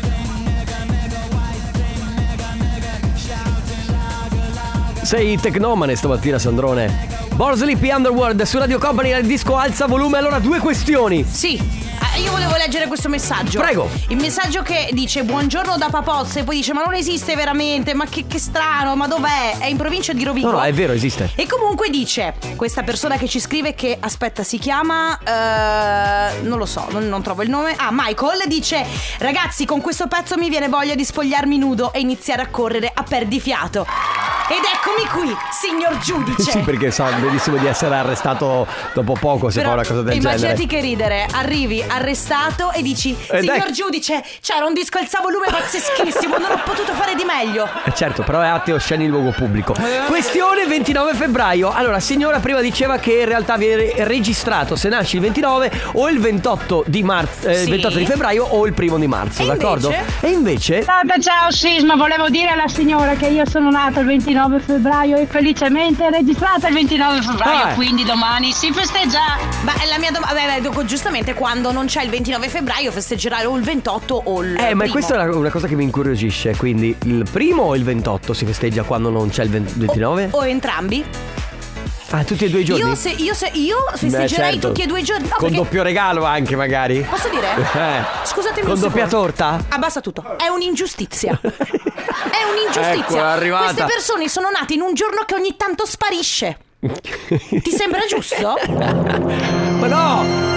Sei tecnomane stamattina, Sandrone. Borsley P. Underworld su Radio Company, il disco alza volume. Allora, due questioni. Sì. Io volevo leggere questo messaggio. Prego. Il messaggio che dice buongiorno da Papozza e poi dice ma non esiste veramente, ma che, che strano, ma dov'è? È in provincia di Rovigo. No, no, è vero, esiste. E comunque dice questa persona che ci scrive che aspetta si chiama eh, non lo so, non, non trovo il nome. Ah, Michael dice ragazzi con questo pezzo mi viene voglia di spogliarmi nudo e iniziare a correre a perdifiato. Ed eccomi qui, signor giudice. Sì, perché sa benissimo di essere arrestato dopo poco se Però fa una cosa del immaginati genere. che ridere. Arrivi arrestato e dici Ed signor è- giudice, c'era un disco alza volume pazzeschissimo, non ho potuto fare di meglio. Eh, certo, però è atti osceni in luogo pubblico. Questione ventinove febbraio. Allora, signora prima diceva che in realtà viene registrato se nasci il ventinove o il ventotto di marzo, eh, Sì. il ventotto di febbraio o il primo di marzo, E d'accordo? invece? E invece Salve, ciao Sisma, volevo dire alla signora che io sono nata il ventinove febbraio e felicemente è registrata il ventinove febbraio, Ah. quindi domani si festeggia. Ma la mia domanda, giustamente quando non c'è il ventinove febbraio festeggerai o il ventotto o il Eh, ma primo. questa è una, una cosa che mi incuriosisce. Quindi il primo o il ventotto si festeggia quando non c'è il ventinove? O entrambi. Ah, tutti e due i giorni? Io se io se io festeggerei Beh, certo. tutti e due i giorni. No, Con perché- doppio regalo anche magari. Posso dire? Eh. Scusatemi Con un doppia secondo. torta? Abbassa tutto. È un'ingiustizia. È un'ingiustizia. Ecco, è arrivata. Queste persone sono nate in un giorno che ogni tanto sparisce. Ti sembra giusto? Ma no!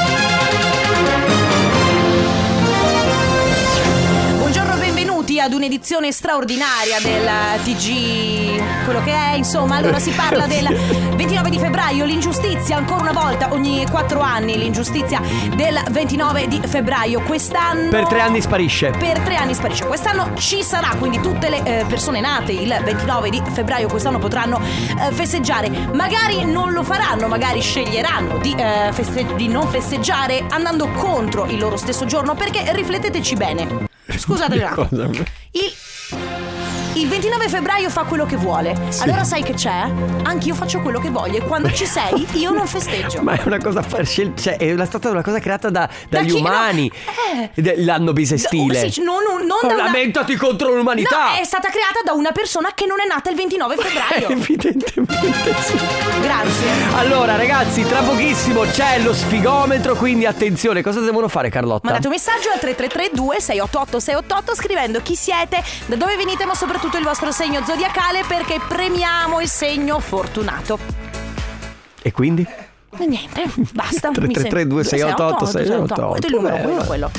Buongiorno, benvenuti ad un'edizione straordinaria del T G, quello che è, insomma. Allora si parla del ventinove di febbraio, l'ingiustizia, ancora una volta, ogni quattro anni, l'ingiustizia del ventinove di febbraio. Quest'anno Per tre anni sparisce. Per tre anni sparisce. Quest'anno ci sarà, quindi tutte le eh, persone nate il ventinove di febbraio quest'anno potranno eh, festeggiare. Magari non lo faranno, magari sceglieranno di, eh, feste- di non festeggiare andando contro il loro stesso giorno, perché rifletteteci bene. Scusatemi un attimo. Cosa? Il, il ventinove febbraio fa quello che vuole. Sì. Allora sai che c'è? Anch'io faccio quello che voglio e quando ci sei io non festeggio. Ma è una cosa per scel- cioè, è una- stata una cosa creata da, Da dagli chi? No, umani. eh. De- L'anno bisestile. Da- sì, non, non, non Oh, da una- lamentati contro l'umanità. No, è stata creata da una persona che non è nata il ventinove febbraio. Evidentemente sì. Grazie. Allora ragazzi, tra pochissimo c'è lo sfigometro, quindi attenzione. Cosa devono fare, Carlotta? Mandate un messaggio al tre tre tre due sei otto otto sei otto otto scrivendo chi siete, da dove venite, ma soprattutto il vostro segno zodiacale, perché premiamo il segno fortunato. E quindi? E niente, basta. tre tre tre due sei otto otto sei otto otto. Questo è il numero, Beh, quello, vabbè. quello.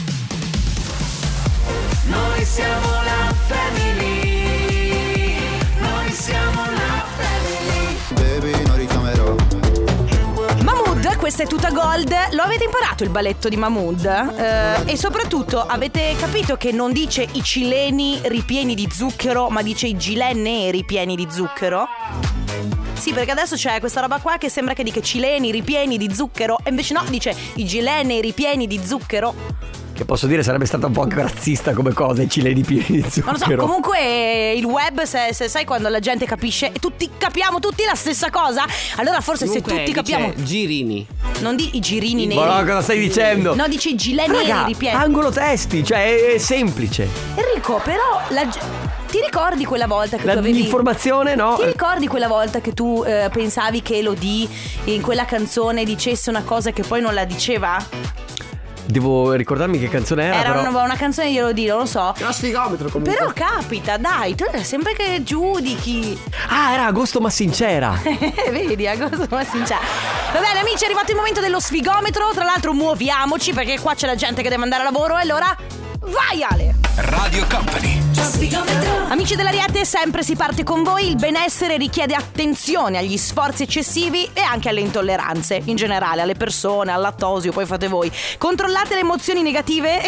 Noi siamo la family. Noi siamo la family. Baby, non richiamerò. Mahmood, questa è tutta gold. Lo avete imparato il balletto di Mahmood? Eh, e soprattutto avete capito che non dice i cileni ripieni di zucchero, ma dice i gilet neri pieni di zucchero? Sì, perché adesso c'è questa roba qua che sembra che dica cileni ripieni di zucchero, e invece no, dice i gilet neri pieni di zucchero. Che posso dire sarebbe stata un po' anche razzista come cosa, i cileni pieni di zucchero. Ma lo so, comunque il web, se, se sai quando la gente capisce, tutti capiamo tutti la stessa cosa, allora forse Comunque, se tutti dice capiamo. girini. Non di i girini neri. Ma no, cosa stai dicendo? No, dici i gilet neri Raga, ripieni. angolo testi, cioè è, è semplice. Enrico, però la ge- ti ricordi quella volta che La- tu avevi l'informazione, no? Ti ricordi quella volta che tu eh, pensavi che Elodie in quella canzone dicesse una cosa che poi non la diceva? Devo ricordarmi che canzone era, Era però. una, una canzone di Elodie, non lo so. Lo sfigometro comunque. Però capita, dai, tu sempre che giudichi. Ah, era agosto ma sincera. Vedi, agosto ma sincera. Va bene amici, è arrivato il momento dello sfigometro. Tra l'altro muoviamoci perché qua c'è la gente che deve andare a lavoro. E allora vai Ale. Radio Company. Amici dell'Ariete, sempre si parte con voi. Il benessere richiede attenzione agli sforzi eccessivi e anche alle intolleranze, in generale, alle persone, al lattosio, poi fate voi. Controllate le emozioni negative.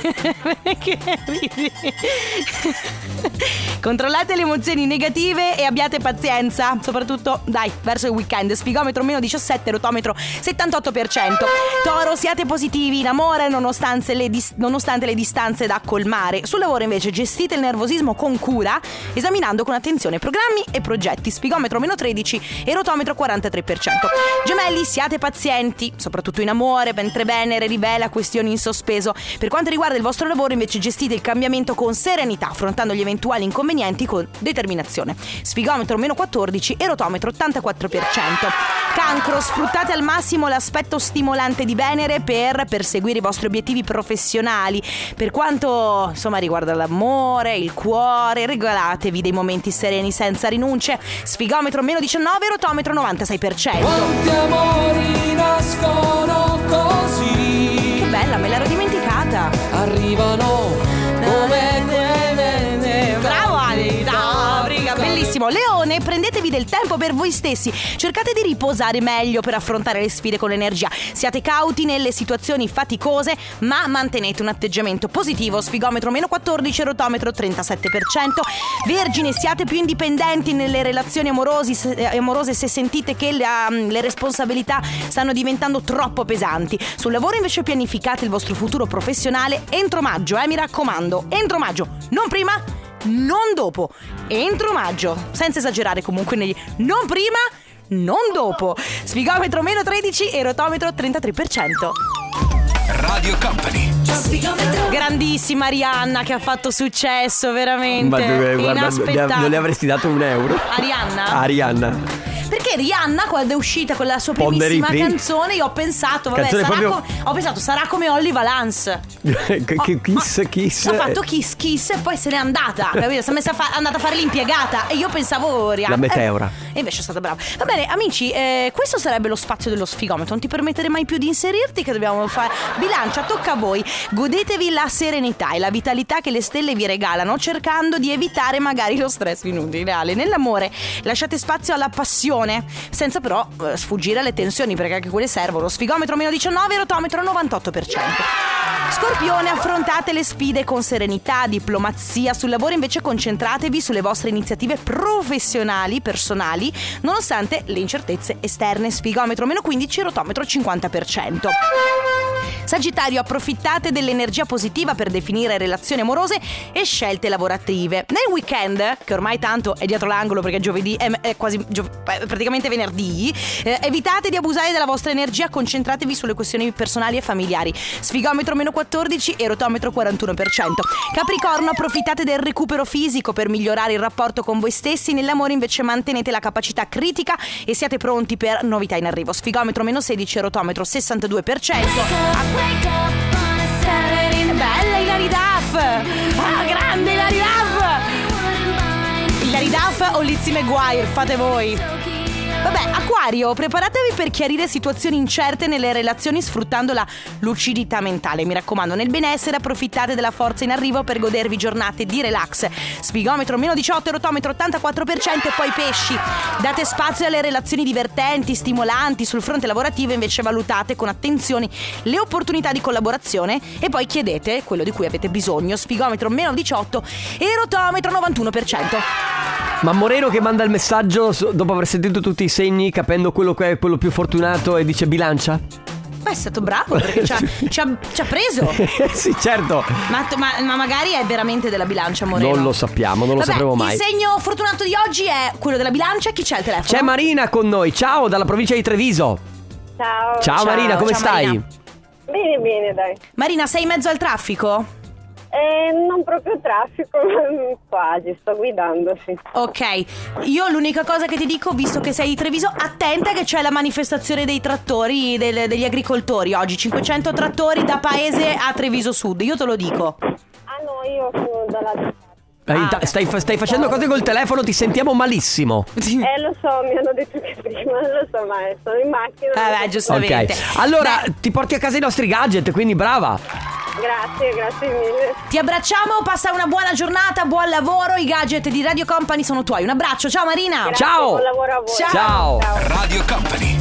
Controllate le emozioni negative e abbiate pazienza, soprattutto, dai, verso il weekend. Sfigometro meno diciassette, rotometro settantotto per cento. Toro, siate positivi in amore nonostante le, dis- nonostante le distanze da colmare. Sul lavoro invece gestite il nervosismo con cura, esaminando con attenzione programmi e progetti. Sfigometro meno tredici e rotometro quarantatré per cento. Gemelli, siate pazienti, soprattutto in amore, mentre Venere rivela questioni in sospeso. Per quanto riguarda il vostro lavoro invece gestite il cambiamento con serenità, affrontando gli eventuali inconvenienti con determinazione. Sfigometro meno quattordici e rotometro ottantaquattro per cento. Cancro, sfruttate al massimo l'aspetto stimolante di Venere per perseguire i vostri obiettivi professionali. Per quanto insomma riguarda l'amore, il cuore, regalatevi dei momenti sereni senza rinunce. Sfigometro meno diciannove, rotometro novantasei per cento. Quanti amori nascono così. Che bella, me l'ero dimenticata. Arrivano come quelle. Bravo Ali, no, briga, bellissimo. Leone, prendetevi del tempo per voi stessi. Cercate di riposare meglio per affrontare le sfide con energia. Siate cauti nelle situazioni faticose, ma mantenete un atteggiamento positivo. Sfigometro meno quattordici, rotometro trentasette per cento. Vergine, siate più indipendenti nelle relazioni amorosi, se, eh, amorose se sentite che la, le responsabilità stanno diventando troppo pesanti. Sul lavoro invece pianificate il vostro futuro professionale entro maggio, eh, mi raccomando. Entro maggio, non prima, non dopo. Entro maggio, senza esagerare comunque negli non prima, non dopo. Sfigometro meno tredici e rotometro trentatré per cento. Radio Company. Grandissima Rihanna che ha fatto successo, veramente. Ma dove, guarda, inaspettato. non le avresti dato un euro? Arianna? Arianna. Perché Rihanna, quando è uscita con la sua primissima canzone, io ho pensato, vabbè, sarà proprio... com- ho pensato sarà come Holly Valance. Kiss, kiss. Ha fatto kiss, kiss e poi se n'è andata. Capito? Si è messa a fa- andata a fare l'impiegata. E io pensavo Rihanna. La meteora. Eh, e invece è stata brava. Va bene, amici, eh, questo sarebbe lo spazio dello sfigometro. Non ti permettere mai più di inserirti, che dobbiamo fare. Bilancia, tocca a voi. Godetevi la serenità e la vitalità che le stelle vi regalano, cercando di evitare magari lo stress inutile. Nell'amore lasciate spazio alla passione, senza però eh, sfuggire alle tensioni, perché anche quelle servono. Sfigometro meno diciannove, rotometro novantotto per cento. Scorpione, affrontate le sfide con serenità, diplomazia. Sul lavoro invece concentratevi sulle vostre iniziative professionali, personali, nonostante le incertezze esterne. Sfigometro meno quindici, rotometro cinquanta per cento. Sagittario, approfittate dell'energia positiva per definire relazioni amorose e scelte lavorative. Nel weekend, che ormai tanto è dietro l'angolo perché giovedì è, è quasi gio- praticamente venerdì, eh, evitate di abusare della vostra energia, concentratevi sulle questioni personali e familiari. Sfigometro meno quattordici e rotometro quarantuno per cento. Capricorno, approfittate del recupero fisico per migliorare il rapporto con voi stessi. Nell'amore invece mantenete la capacità critica e siate pronti per novità in arrivo. Sfigometro meno sedici e rotometro sessantadue per cento. Bella Hilary Duff! Ah, grande Hilary Duff! Hilary Duff o Lizzie McGuire, fate voi. Vabbè, Acquario, preparatevi per chiarire situazioni incerte nelle relazioni sfruttando la lucidità mentale. Mi raccomando, nel benessere approfittate della forza in arrivo per godervi giornate di relax. Sfigometro meno diciotto, rotometro ottantaquattro per cento. E poi pesci, date spazio alle relazioni divertenti, stimolanti. Sul fronte lavorativo invece valutate con attenzione le opportunità di collaborazione e poi chiedete quello di cui avete bisogno. Sfigometro meno diciotto e rotometro novantuno per cento. Ma Moreno che manda il messaggio dopo aver sentito tutti i segni, capendo quello che è quello più fortunato, e dice bilancia? Ma è stato bravo perché ci ha, ci ha, ci ha preso. Sì, certo. Ma, ma, ma magari è veramente della bilancia, Moreno. Non lo sappiamo, non lo Vabbè, sapremo mai. Il segno fortunato di oggi è quello della bilancia. Chi c'è al telefono? C'è Marina con noi, ciao, dalla provincia di Treviso. Ciao. Ciao, ciao Marina, come ciao, stai? Marina. Bene, bene, dai. Marina, sei in mezzo al traffico? Eh, non proprio traffico, quasi, sto guidando, sì. Ok, io l'unica cosa che ti dico, visto che sei di Treviso, attenta che c'è la manifestazione dei trattori, del, degli agricoltori oggi, cinquecento trattori da Paese a Treviso Sud, io te lo dico. Ah no, io sono dalla... Ah, stai, stai facendo cose col telefono, ti sentiamo malissimo. Eh, lo so, mi hanno detto che prima, lo so, ma sono in macchina. Vabbè, giustamente. Ok, allora Beh. ti porti a casa i nostri gadget, quindi brava. Grazie, grazie mille. Ti abbracciamo, passa una buona giornata, buon lavoro. I gadget di Radio Company sono tuoi. Un abbraccio, ciao Marina. Grazie, Ciao. buon lavoro a voi. Ciao. Ciao. Radio Company.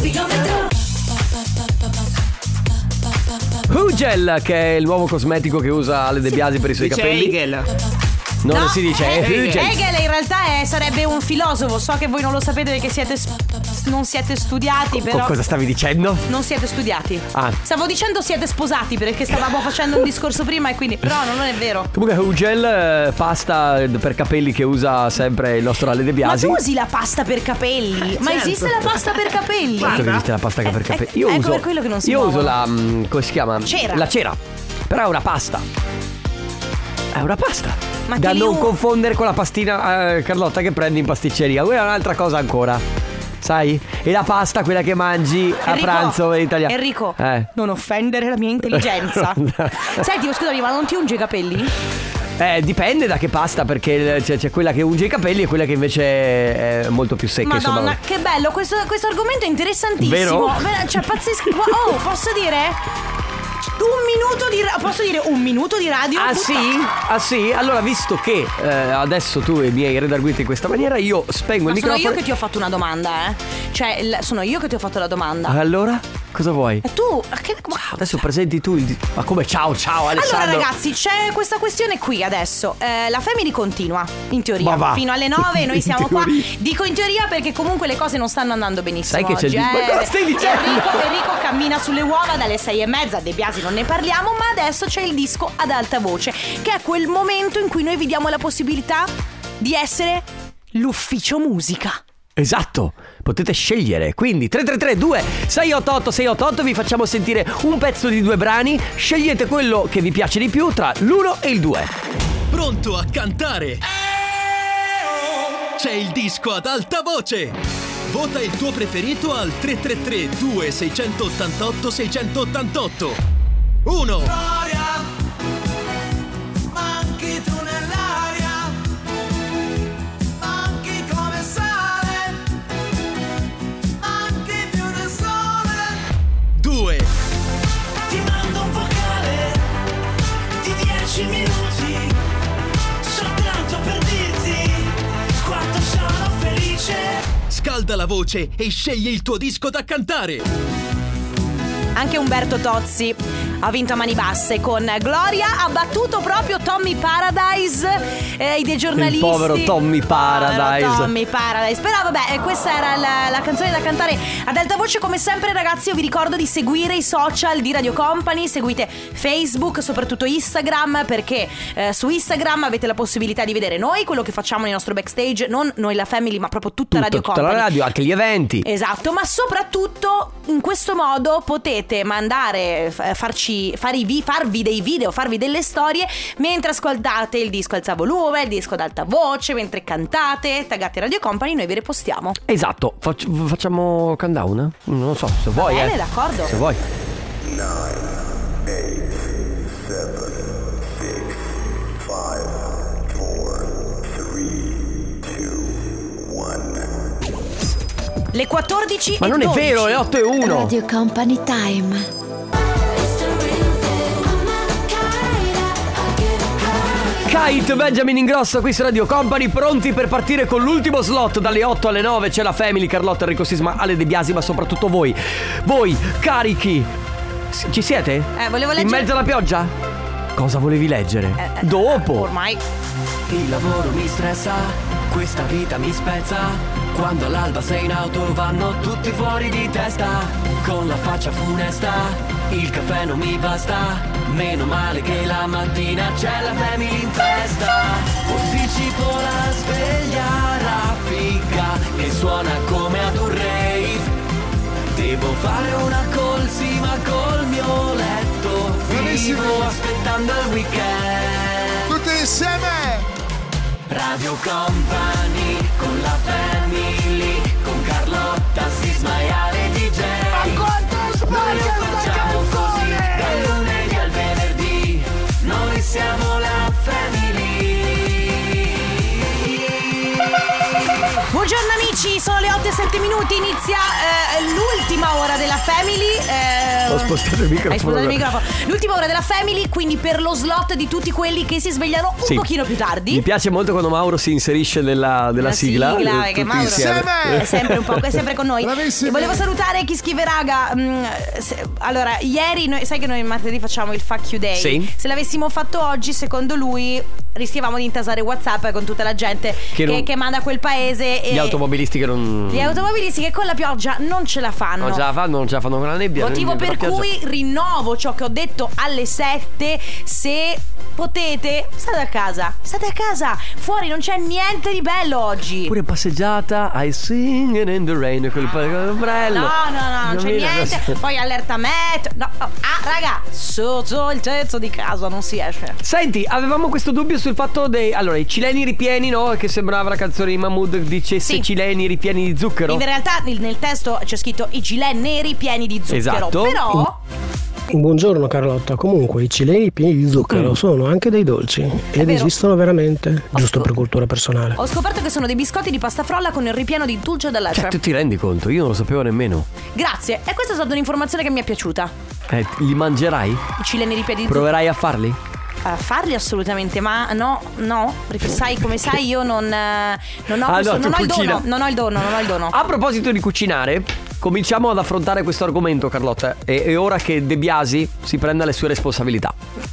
Hugel, che è il nuovo cosmetico che usa Ale De Biasi per i suoi Dice capelli. Hegel. No, No, non si dice, è Hegel. Hugel. Hegel in realtà è- sarebbe un filosofo. So che voi non lo sapete perché siete sp- non siete studiati, Co- però Cosa stavi dicendo? non siete studiati. Ah. Stavo dicendo siete sposati perché stavamo facendo un discorso prima e quindi però non è vero. Comunque Hugel, eh, pasta per capelli che usa sempre il nostro Ale De Ma Biasi. tu usi la pasta per capelli? Ma certo. esiste la pasta per capelli? Certo che esiste la pasta per Eh, capelli. ecco- Io ecco uso per quello che non si Io uso muovono. la mm, come si chiama? Cera. La cera. Però è una pasta. È una pasta. Ma Da che li non u- confondere con la pastina, eh, Carlotta, che prendi in pasticceria. Quella è un'altra cosa ancora. Sai? E la pasta, quella che mangi a Enrico, pranzo in italiano. Enrico, Eh. non offendere la mia intelligenza. Senti, scusami, ma non ti ungi i capelli? Eh, dipende da che pasta, perché c'è, c'è quella che unge i capelli e quella che invece è molto più secca. Madonna, insomma. che bello, questo, questo argomento è interessantissimo. Vero? Ver- Cioè, pazzesco. Oh, posso dire? Un minuto di ra- posso dire un minuto di radio? Ah Tutta- sì? Ah sì? Allora, visto che eh, adesso tu mi hai redarguito in questa maniera, io spengo Ma il sono microfono. io che ti ho fatto una domanda, eh. Cioè, il- sono io che ti ho fatto la domanda. Allora? Cosa vuoi? E tu, che, ma- Adesso presenti tu il... Ma come ciao ciao Alessandro? Allora ragazzi, c'è questa questione qui adesso. Eh, la Family continua, in teoria, Ma va. fino alle nove noi In siamo qua. teoria. Dico in teoria perché comunque le cose non stanno andando benissimo. Sai che c'è il oggi, disco- eh. Ma cosa stai dicendo? Enrico, Enrico cammina sulle uova dalle sei e mezza, De Biasi non ne parliamo, ma adesso c'è il disco ad alta voce, che è quel momento in cui noi vi diamo la possibilità di essere l'ufficio musica. Esatto, potete scegliere. Quindi tre tre tre due sei otto otto sei otto otto, vi facciamo sentire un pezzo di due brani. Scegliete quello che vi piace di più tra l'uno e il due. Pronto a cantare? C'è il disco ad alta voce. Vota il tuo preferito al tre tre tre due sei otto otto sei otto otto. uno. Manchi tu nell'aria, manchi come sale, manchi più del sole. due. Ti mando un vocale di dieci minuti, soltanto per dirti quanto sono felice. Scalda la voce e scegli il tuo disco da cantare. Anche Umberto Tozzi ha vinto a mani basse con Gloria, ha battuto proprio Tommy Paradise, eh, i dei giornalisti. Il povero Tommy Paradise. Povero Tommy Paradise. Però vabbè, eh, questa era la, la canzone da cantare ad alta voce. Come sempre ragazzi, io vi ricordo di seguire i social di Radio Company. Seguite Facebook, soprattutto Instagram, perché eh, su Instagram avete la possibilità di vedere noi, quello che facciamo nel nostro backstage. Non noi la Family, ma proprio tutta Tutto, Radio tutta Company. la radio, anche gli eventi. Esatto, ma soprattutto in questo modo potete mandare, f- farci, farvi, farvi dei video, farvi delle storie mentre ascoltate il disco alza volume, il disco ad alta voce, mentre cantate, taggate Radio Company, noi vi repostiamo. Esatto, Fac- facciamo countdown? Non lo so, se vuoi. bene, eh. d'accordo. Se vuoi. Le quattordici Ma e non è dodici. vero, è otto e uno. Radio Company Time. Kite, Benjamin Ingrosso qui su Radio Company, pronti per partire con l'ultimo slot dalle otto alle nove. C'è la Family, Carlotta, Enrico Sisma, Ale De Biasi, ma soprattutto voi. Voi, carichi. S- Ci siete? Eh, volevo In leggere- mezzo alla pioggia? Cosa volevi leggere? Eh, eh, Dopo. Ormai. Il lavoro mi stressa, questa vita mi spezza. Quando all'alba sei in auto vanno tutti fuori di testa. Con la faccia funesta, il caffè non mi basta. Meno male che la mattina c'è la Family in festa. Posticipo la sveglia raffica che suona come ad un rave. Devo fare una call, sì, ma col mio letto vivo aspettando il weekend. Tutti insieme! Radio Company con la Family, con Carlotta, Sisma e Ale D J. Ma quanto Noi lo facciamo così, dal lunedì al venerdì. Noi siamo la Family. Buongiorno amici, sono le otto e sette sette minuti inizia eh, l'ultima ora della Family. eh, Ho spostato il microfono. Hai spostato il microfono. L'ultima ora della Family, quindi per lo slot di tutti quelli che si svegliano un Sì. pochino più tardi. Mi piace molto quando Mauro si inserisce nella, nella La sigla, sigla, eh, perché tutti Mauro insieme. è sempre un po', è sempre con noi. Bravissimi. E volevo salutare chi scrive, raga. mh, se- allora, ieri noi, sai che noi martedì facciamo il Fuck You Day. Sì. Se l'avessimo fatto oggi, secondo lui, rischiavamo di intasare WhatsApp con tutta la gente Che che, non- che manda a quel paese. Gli e automobilisti che non Gli automobilisti che con la pioggia non ce la fanno. non ce la fanno, non ce la fanno con la nebbia. Motivo con la per pioggia. cui rinnovo ciò che ho detto alle sette. Se potete, state a casa. State a casa. Fuori non c'è niente di bello oggi. Pure passeggiata, I sing in the rain con il ombrello. No, no, no, non c'è mi- niente. Poi allerta meteo. No, no. Ah, raga, sotto il tetto di casa non si esce. Senti, avevamo questo dubbio sul fatto dei allora i cileni ripieni, no? Che sembrava la canzone di Mahmood dicesse Sì. cileni ripieni di zucchero. In realtà nel, nel testo c'è scritto i gilet neri pieni di zucchero. Esatto. Però Buongiorno Carlotta, comunque i cileni pieni di zucchero Mm. sono anche dei dolci ed vero. esistono veramente, giusto per cultura personale. ho scoperto che sono dei biscotti di pasta frolla con il ripieno di dulce della Cioè, tu ti rendi conto? Io non lo sapevo nemmeno. Grazie. E questa è stata un'informazione che mi è piaciuta. Eh, li mangerai? I cileni ripieni di Proverai a farli? zucchero. A farli assolutamente, ma no, no, perché sai come sai io non, eh, non ho Ah, questo, no, tu non ho il cucina. dono, non ho il dono, non ho il dono. A proposito di cucinare, cominciamo ad affrontare questo argomento, Carlotta. E è ora che De Biasi si prenda le sue responsabilità.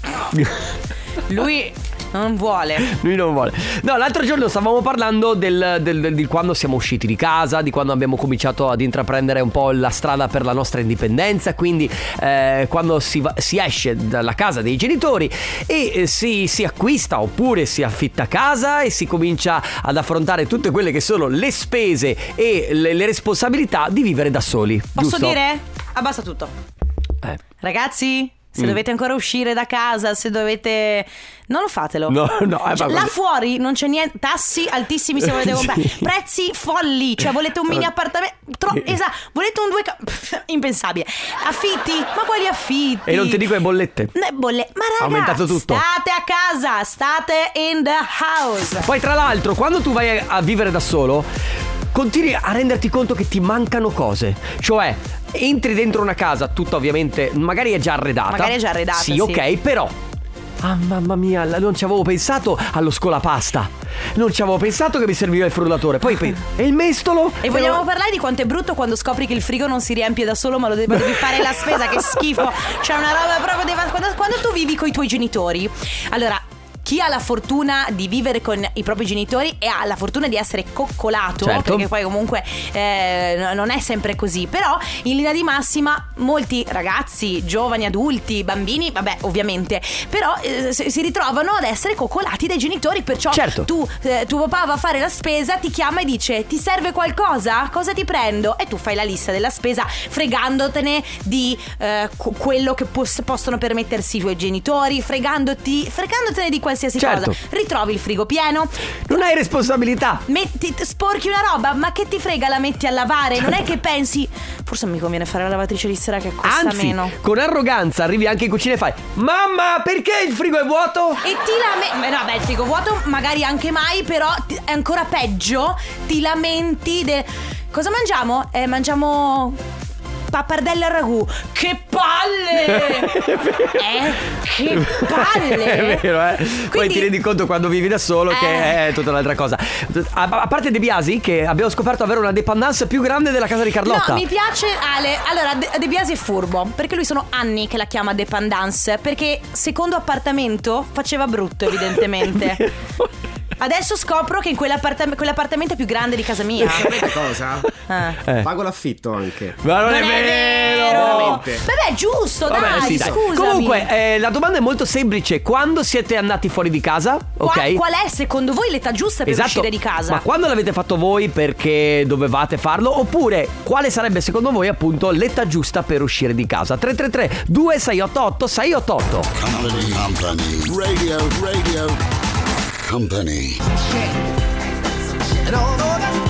Lui non vuole. Lui non vuole. No, l'altro giorno stavamo parlando del, del- del- di quando siamo usciti di casa, di quando abbiamo cominciato ad intraprendere un po' la strada per la nostra indipendenza. Quindi eh, quando si, va- si esce dalla casa dei genitori e eh, si, si acquista oppure si affitta casa e si comincia ad affrontare tutte quelle che sono le spese e le, le responsabilità di vivere da soli. Posso giusto? dire? Abbassa tutto. Eh. Ragazzi, se Mm. dovete ancora uscire da casa, se dovete... Non lo fatelo. No, no, eh, Cioè, ma- là fuori non c'è niente. Tassi altissimi se volete comprare. Sì. Prezzi folli. Cioè volete un mini appartamento tro- Esatto. Volete un due ca- impensabile. Affitti? Ma quali affitti? E non ti dico le bollette. Ne bolle. Ma raga, Ha aumentato tutto. state a casa. State in the house. Poi tra l'altro quando tu vai a a vivere da solo continui a renderti conto che ti mancano cose. Cioè entri dentro una casa, tutta ovviamente magari è già arredata. Magari è già arredata, Sì, sì. ok, però ah mamma mia, la- non ci avevo pensato allo scolapasta. Non ci avevo pensato che mi serviva il frullatore. Poi pe- e il mestolo? E vogliamo parlare di quanto è brutto quando scopri che il frigo non si riempie da solo, ma lo devi, devi fare la spesa, che schifo. C'è una roba proprio deva- quando, quando tu vivi con i tuoi genitori. Allora, chi ha la fortuna di vivere con i propri genitori e ha la fortuna di essere coccolato, Certo. perché poi comunque eh, no- non è sempre così. Però in linea di massima molti ragazzi, giovani, adulti, bambini, vabbè ovviamente, però eh, si si ritrovano ad essere coccolati dai genitori. Perciò Certo. tu, eh, tuo papà va a fare la spesa, ti chiama e dice: ti serve qualcosa? Cosa ti prendo? E tu fai la lista della spesa fregandotene di eh, cu- quello che pos- possono permettersi i tuoi genitori, fregandoti fregandotene di qualsiasi Certo. cosa. Ritrovi il frigo pieno, Non hai responsabilità. metti, sporchi una roba, ma che ti frega, la metti a lavare? Non è che pensi forse mi conviene fare la lavatrice di sera che costa Anzi, meno. con arroganza arrivi anche in cucina e fai: mamma, perché il frigo è vuoto? E ti lamenti. No, beh, il frigo vuoto magari anche mai, però ti- è ancora peggio. Ti lamenti de... Cosa mangiamo? Eh, mangiamo pappardelle al ragù. Che palle! eh? Che palle! È vero, eh? Poi Quindi- ti rendi conto quando vivi da solo che Eh. è tutta un'altra cosa. A, a parte De Biasi, che abbiamo scoperto avere una dépendance più grande della casa di Carlotta. No, mi piace Ale. Allora, De, De Biasi è furbo, perché lui sono anni che la chiama dépendance, perché secondo appartamento faceva brutto, evidentemente. Adesso scopro che in quell'appartam- quell'appartamento è più grande di casa mia. Sapete cosa? Eh. Eh. Pago l'affitto anche. Ma non, Non è è vero! vero! Veramente. Vabbè, giusto, Vabbè, dai, sì, dai. scusami. Comunque, eh, la domanda è molto semplice. Quando siete andati fuori di casa, Qua- ok? Qual è secondo voi l'età giusta per Esatto. uscire di casa? Ma quando l'avete fatto voi perché dovevate farlo? Oppure quale sarebbe secondo voi appunto l'età giusta per uscire di casa? tre tre tre due sei otto otto sei otto otto. Company, company, radio, radio, company.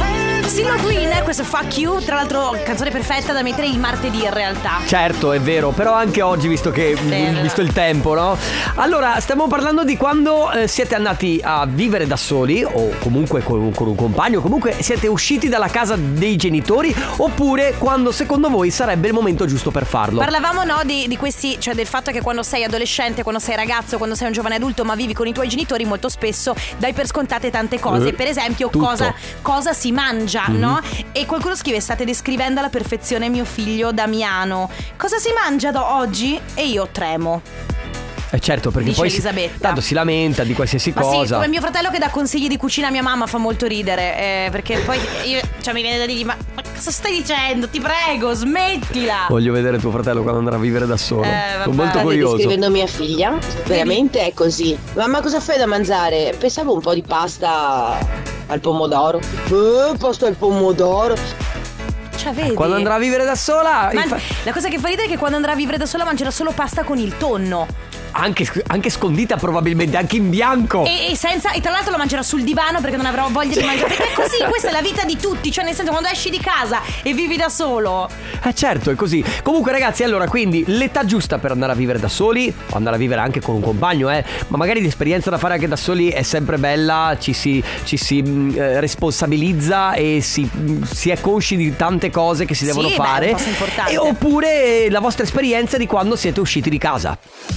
Silo Green, questo Fuck You, tra l'altro canzone perfetta da mettere il martedì in realtà. Certo, è vero, però anche oggi, visto che Vero. visto il tempo, no? Allora, stiamo parlando di quando eh, siete andati a vivere da soli o comunque con, con un compagno, comunque siete usciti dalla casa dei genitori, oppure quando secondo voi sarebbe il momento giusto per farlo. Parlavamo, no, di, di questi, cioè del fatto che quando sei adolescente, quando sei ragazzo, quando sei un giovane adulto ma vivi con i tuoi genitori, molto spesso dai per scontate tante cose. Eh, per esempio tutto. cosa, cosa si mangia, Mhm. no? E qualcuno scrive: state descrivendo alla perfezione mio figlio Damiano. Cosa si mangia da oggi? E io tremo. Eh certo, perché Dice poi si, Elisabetta. tanto si lamenta di qualsiasi Ma cosa. sì, come mio fratello che dà consigli di cucina a mia mamma, fa molto ridere, eh, perché poi io, cioè, mi viene da dirgli: ma, ma cosa stai dicendo? Ti prego, smettila. Voglio vedere tuo fratello quando andrà a vivere da solo. Eh, vabbè. Sono molto State curioso. descrivendo mia figlia? Veramente è così. Mamma, cosa fai da mangiare? Pensavo un po' di pasta al pomodoro. Eh, pasta al pomodoro. Cioè, vedi? Quando andrà a vivere da sola, Man- infa- La cosa che fa ridere è che quando andrà a vivere da sola mangerà solo pasta con il tonno. anche, anche scondita probabilmente, anche in bianco. E, e senza e tra l'altro lo mangerà sul divano perché non avrà voglia di mangiare. Perché è così, questa è la vita di tutti. Cioè, nel senso, quando esci di casa e vivi da solo. Eh certo, è così. Comunque ragazzi, allora, quindi l'età giusta per andare a vivere da soli, o andare a vivere anche con un compagno, eh, ma magari l'esperienza da fare anche da soli è sempre bella. Ci si, ci si mh, eh, responsabilizza e si, mh, si è consci di tante cose che si devono Sì, beh, fare. è un passo importante. E, oppure la vostra esperienza di quando siete usciti di casa.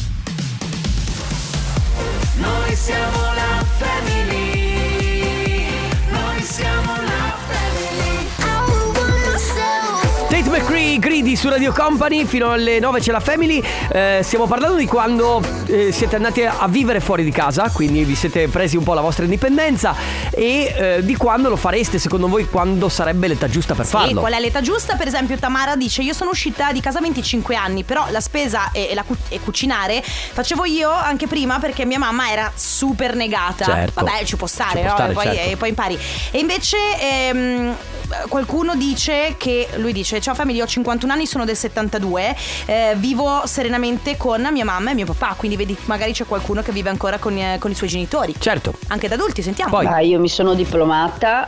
Noi siamo la family. Noi siamo la family. Tate McCree, Greedy su Radio Company. Fino alle nove c'è la Family. eh, Stiamo parlando di quando eh, siete andati a vivere fuori di casa, quindi vi siete presi un po' la vostra indipendenza. E eh, di quando lo fareste, secondo voi, quando sarebbe l'età giusta per Sì, farlo? qual è l'età giusta? Per esempio Tamara dice: io sono uscita di casa a venticinque anni, però la spesa e, e, la cu- e cucinare facevo io anche prima perché mia mamma era super negata. Certo. Vabbè, ci può stare, Ci può no? stare, e, poi, certo. e poi impari. E invece ehm, qualcuno dice che lui dice: ciao famiglia, ho cinquantuno anni, sono del settantadue, eh, vivo serenamente con mia mamma e mio papà. Quindi vedi, magari c'è qualcuno che vive ancora con, eh, con i suoi genitori. Certo. Anche da adulti, sentiamo. Ah, io mi sono diplomata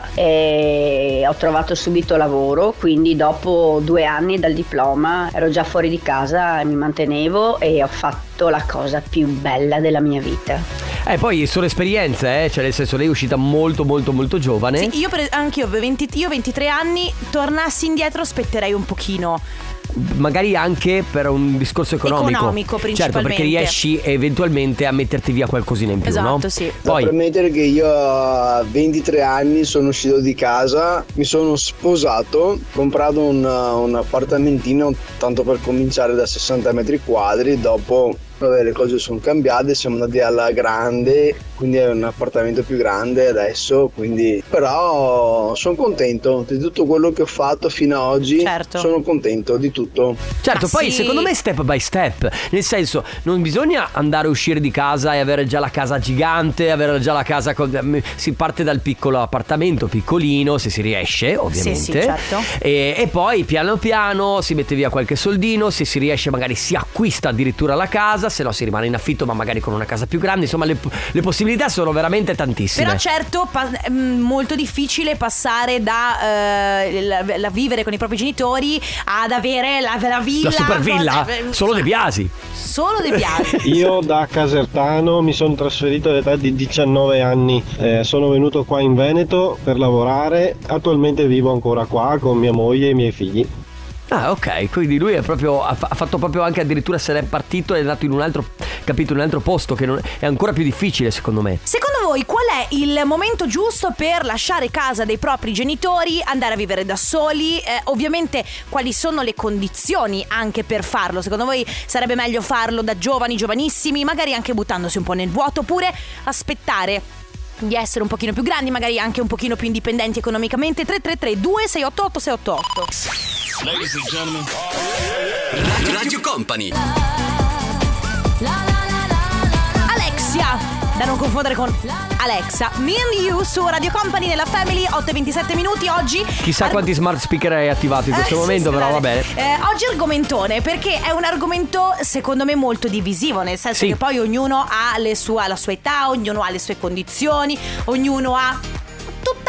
e ho trovato subito lavoro, quindi dopo due anni dal diploma ero già fuori di casa e mi mantenevo e ho fatto la cosa più bella della mia vita. Eh, poi sono esperienze, eh? Cioè, nel senso, lei è uscita molto molto molto giovane. Sì, io per, anch'io venti, io ventitré anni, tornassi indietro aspetterei un pochino. Magari anche per un discorso economico. Economico, Certo, perché principalmente. riesci eventualmente a metterti via qualcosina in più, Esatto, no? sì. Poi Da premettere che io a ventitré anni sono uscito di casa, mi sono sposato, comprato un, un appartamentino tanto per cominciare da sessanta metri quadri, dopo vabbè, le cose sono cambiate, siamo andati alla grande, quindi è un appartamento più grande adesso, quindi però sono contento di tutto quello che ho fatto fino ad oggi. Certo. Sono contento di tutto. Certo, Ah, poi sì. secondo me step by step. Nel senso, non bisogna andare a uscire di casa e avere già la casa gigante, avere già la casa con... Si parte dal piccolo appartamento, piccolino, se si riesce, ovviamente. Sì, sì, certo. e, e poi piano piano si mette via qualche soldino, se si riesce magari si acquista addirittura la casa, se no si rimane in affitto ma magari con una casa più grande. Insomma, le, le possibilità sono veramente tantissime. Però certo, pa- è molto difficile passare da eh, la, la vivere con i propri genitori ad avere la, la villa. La super villa? cosa- Solo De Biasi. Solo De Biasi. Io da Casertano mi sono trasferito all'età di diciannove anni, eh, sono venuto qua in Veneto per lavorare, attualmente vivo ancora qua con mia moglie e i miei figli. Ah, ok, quindi lui è proprio ha, fa- ha fatto proprio anche addirittura se n'è partito e è andato in un altro, capito, in un altro posto che non, è ancora più difficile secondo me. Secondo voi qual è il momento giusto per lasciare casa dei propri genitori, andare a vivere da soli? Eh, ovviamente quali sono le condizioni anche per farlo? Secondo voi sarebbe meglio farlo da giovani, giovanissimi, magari anche buttandosi un po' nel vuoto, oppure aspettare di essere un pochino più grandi, magari anche un pochino più indipendenti economicamente? Tre tre tre due sei otto otto sei otto otto. Ladies and gentlemen. Radio Company. Alexia, da non confondere con Alexa. Me and You su Radio Company nella Family. Otto e ventisette minuti oggi. Chissà Arg- quanti smart speaker hai attivato in questo Eh, sì, momento, sì, però va bene. bene. Eh, oggi argomentone, perché è un argomento secondo me molto divisivo, nel senso Sì. che poi ognuno ha le sue, la sua età, ognuno ha le sue condizioni, ognuno ha tutta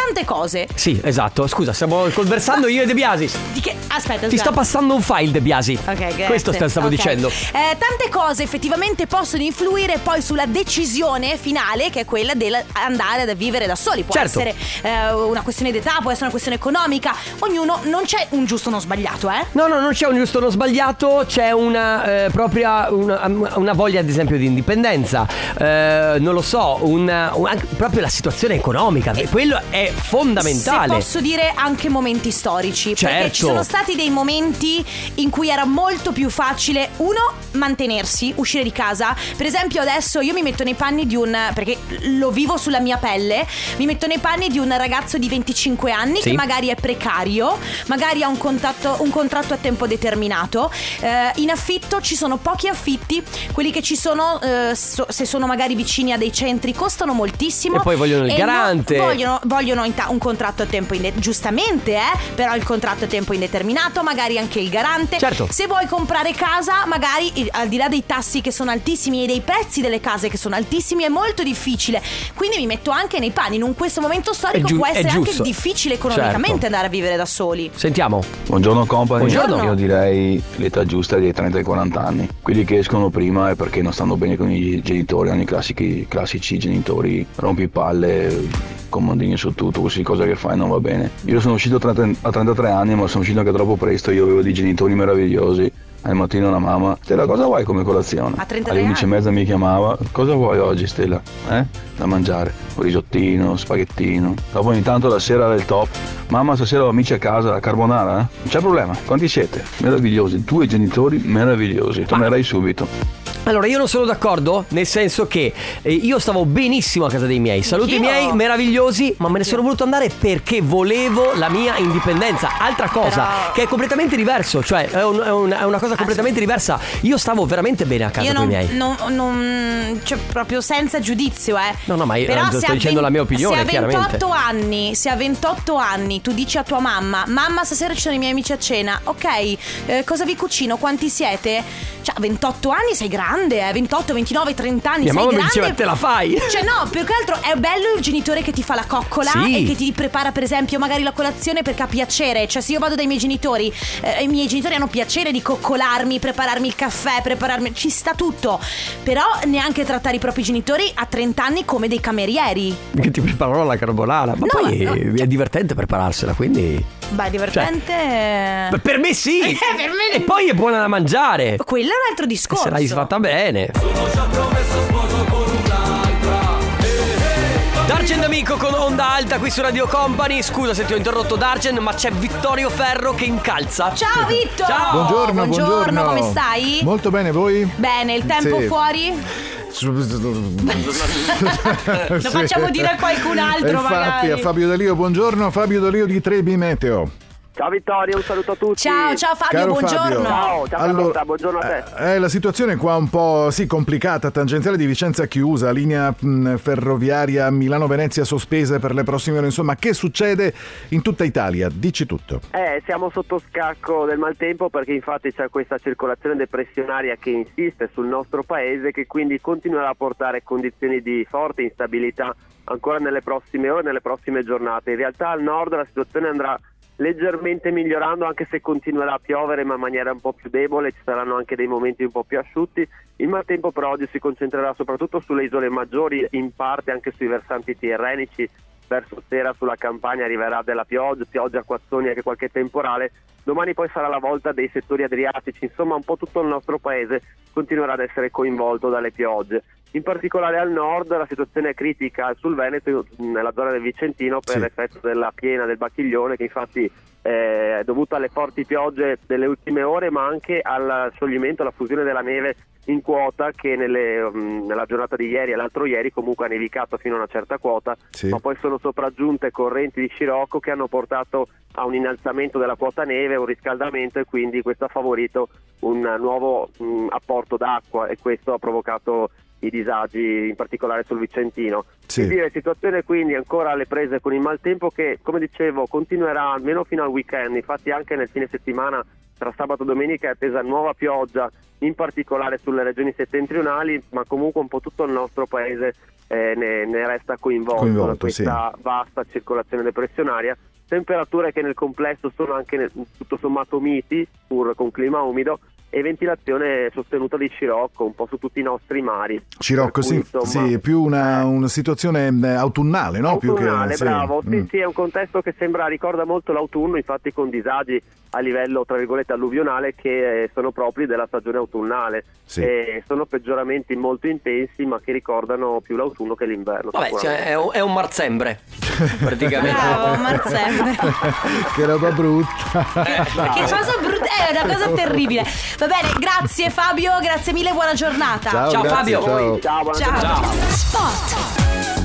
tante cose. Sì, esatto. Scusa, stiamo conversando io e De Biasi. Di che? Aspetta, Ti scusa. sto passando un file, De Biasi. Ok, grazie. Questo stavo Ok. dicendo. Eh, tante cose effettivamente possono influire poi sulla decisione finale, che è quella dell'andare ad vivere da soli. Può Certo. essere eh, una questione d'età, può essere una questione economica. Ognuno, non c'è un giusto o uno sbagliato, eh? No, no, non c'è un giusto o uno sbagliato, c'è una eh, propria una, una voglia ad esempio di indipendenza, eh, non lo so, una, un- anche proprio la situazione economica, e quello è fondamentale. Se posso dire anche momenti storici. Perché Certo. ci sono stati dei momenti in cui era molto più facile, uno, mantenersi, uscire di casa. Per esempio adesso io mi metto nei panni di un, perché lo vivo sulla mia pelle, mi metto nei panni di un ragazzo di venticinque anni Sì. che magari è precario, magari ha un contratto, un contratto a tempo determinato, eh, in affitto ci sono pochi affitti, quelli che ci sono eh, so- se sono magari vicini a dei centri costano moltissimo E poi vogliono il e garante. non vogliono, vogliono in ta- un contratto a tempo indeterminato, giustamente eh però il contratto a tempo indeterminato, magari anche il garante. Certo. Se vuoi comprare casa, magari eh, al di là dei tassi che sono altissimi e dei prezzi delle case che sono altissimi, è molto difficile. Quindi mi metto anche nei panni. In un questo momento storico È giu- può è essere anche giusto. difficile economicamente Certo. andare a vivere da soli. Sentiamo. Buongiorno company. Buongiorno. Io direi l'età giusta è dei trenta ai quaranta anni. Quelli che escono prima è perché non stanno bene con i genitori, hanno i classici, classici genitori rompipalle, comandini su tutto, queste cose che fai non va bene. Io sono uscito a trenta a trentatré anni, ma sono uscito anche troppo presto. Io avevo dei genitori meravigliosi. Al mattino una mamma: Stella, cosa vuoi come colazione? A trentatré Alle undici e mezza mi chiamava: cosa vuoi oggi, Stella? Eh? Da mangiare, un risottino, spaghettino. Dopo ogni tanto la sera del top: mamma, stasera ho amici a casa, la carbonara? Eh? Non c'è problema. Quanti siete? Meravigliosi, due genitori meravigliosi. Tornerai subito. Allora, io non sono d'accordo, nel senso che eh, io stavo benissimo a casa dei miei. Saluti i Anch'io. miei, meravigliosi, ma me ne sono voluto andare perché volevo la mia indipendenza. Altra cosa, Però- che è completamente diverso, cioè è, un- è un- è una cosa completamente diversa. Io stavo veramente bene a casa Io con non, i miei. non, non cioè proprio senza giudizio, eh. No, no, ma io Però sto se a dicendo la mia venti opinione, se a chiaramente. ventotto anni, se a ventotto anni tu dici a tua mamma: mamma, stasera ci sono i miei amici a cena. Ok, eh, cosa vi cucino? Quanti siete? Cioè, a ventotto anni sei grande, eh. ventotto, ventinove, trenta anni Mia sei mamma mi grande. diceva: te la fai? Cioè no, più che altro è bello il genitore che ti fa la coccola Sì. e che ti prepara per esempio magari la colazione perché ha piacere. Cioè se io vado dai miei genitori, eh, i miei genitori hanno piacere di coccolarmi, prepararmi il caffè, prepararmi, ci sta tutto. Però neanche trattare i propri genitori a trenta anni come dei camerieri. Che ti preparerò la carbonara. Ma No, poi no, è, è divertente prepararsela, quindi. Beh, divertente. Beh, per me sì. Eh, per me- E poi è buona da mangiare. Quello è un altro E discorso. se l'hai fatta bene. Dargen D'Amico con Onda Alta qui su Radio Company. Scusa se ti ho interrotto, Dargen, ma c'è Vittorio Ferro che incalza. Ciao Vitto. Ciao. Buongiorno, buongiorno. come stai? Molto bene, voi? Bene, il tempo Sì. fuori? Lo Lo facciamo dire a qualcun altro, Infatti, magari. a Fabio D'Alio, buongiorno, Fabio D'Alio di Trebi Meteo. Ciao Vittoria, un saluto a tutti. Ciao, ciao Fabio, Caro buongiorno. Fabio. Ciao, ciao Allora, Carlotta, buongiorno a te. Eh, la situazione qua un po' sì complicata, tangenziale di Vicenza chiusa, linea mh, ferroviaria Milano-Venezia sospesa per le prossime ore, insomma, che succede in tutta Italia? Dici tutto. Eh, siamo sotto scacco del maltempo perché infatti c'è questa circolazione depressionaria che insiste sul nostro paese, che quindi continuerà a portare condizioni di forte instabilità ancora nelle prossime ore, nelle prossime giornate. In realtà al nord la situazione andrà leggermente migliorando, anche se continuerà a piovere ma in maniera un po' più debole, ci saranno anche dei momenti un po' più asciutti. Il maltempo per oggi si concentrerà soprattutto sulle isole maggiori, in parte anche sui versanti tirrenici. Verso sera sulla Campania arriverà della pioggia, pioggia, acquazzoni, anche qualche temporale. Domani poi sarà la volta dei settori adriatici, insomma un po' tutto il nostro paese continuerà ad essere coinvolto dalle piogge. In particolare al nord la situazione è critica sul Veneto, nella zona del Vicentino, per Sì. l'effetto della piena del Bacchiglione, che infatti è dovuta alle forti piogge delle ultime ore, ma anche al scioglimento, alla fusione della neve in quota che nelle, um, nella giornata di ieri e l'altro ieri comunque ha nevicato fino a una certa quota, Sì. ma poi sono sopraggiunte correnti di scirocco che hanno portato a un innalzamento della quota neve, un riscaldamento, e quindi questo ha favorito un nuovo um, apporto d'acqua, e questo ha provocato i disagi, in particolare sul Vicentino. Sì. Quindi la situazione quindi ancora alle prese con il maltempo che, come dicevo, continuerà almeno fino al weekend. Infatti anche nel fine settimana tra sabato e domenica è attesa nuova pioggia, in particolare sulle regioni settentrionali, ma comunque un po' tutto il nostro paese eh, ne, ne resta coinvolto, Coinvolto, da questa sì. vasta circolazione depressionaria. Temperature che nel complesso sono anche nel, tutto sommato miti, pur con clima umido, e ventilazione sostenuta di scirocco un po' su tutti i nostri mari. Scirocco, Per cui, sì, insomma, sì, più una, una situazione eh, autunnale, no? autunnale, più che, bravo, sì. sì, Mm. sì, è un contesto che sembra, ricorda molto l'autunno, infatti con disagi a livello tra virgolette alluvionale che eh, sono propri della stagione autunnale. Sì. E sono peggioramenti molto intensi, ma che ricordano più l'autunno che l'inverno. Vabbè, cioè, sicuramente. è, un, è un marzembre praticamente. Bravo, Marzembre. Che roba brutta. Che cosa brutta, è una cosa terribile. Va bene, grazie Fabio, grazie mille, buona giornata. Ciao, Ciao, grazie, Fabio. ciao. Ciao, buona Ciao. giornata. Spot.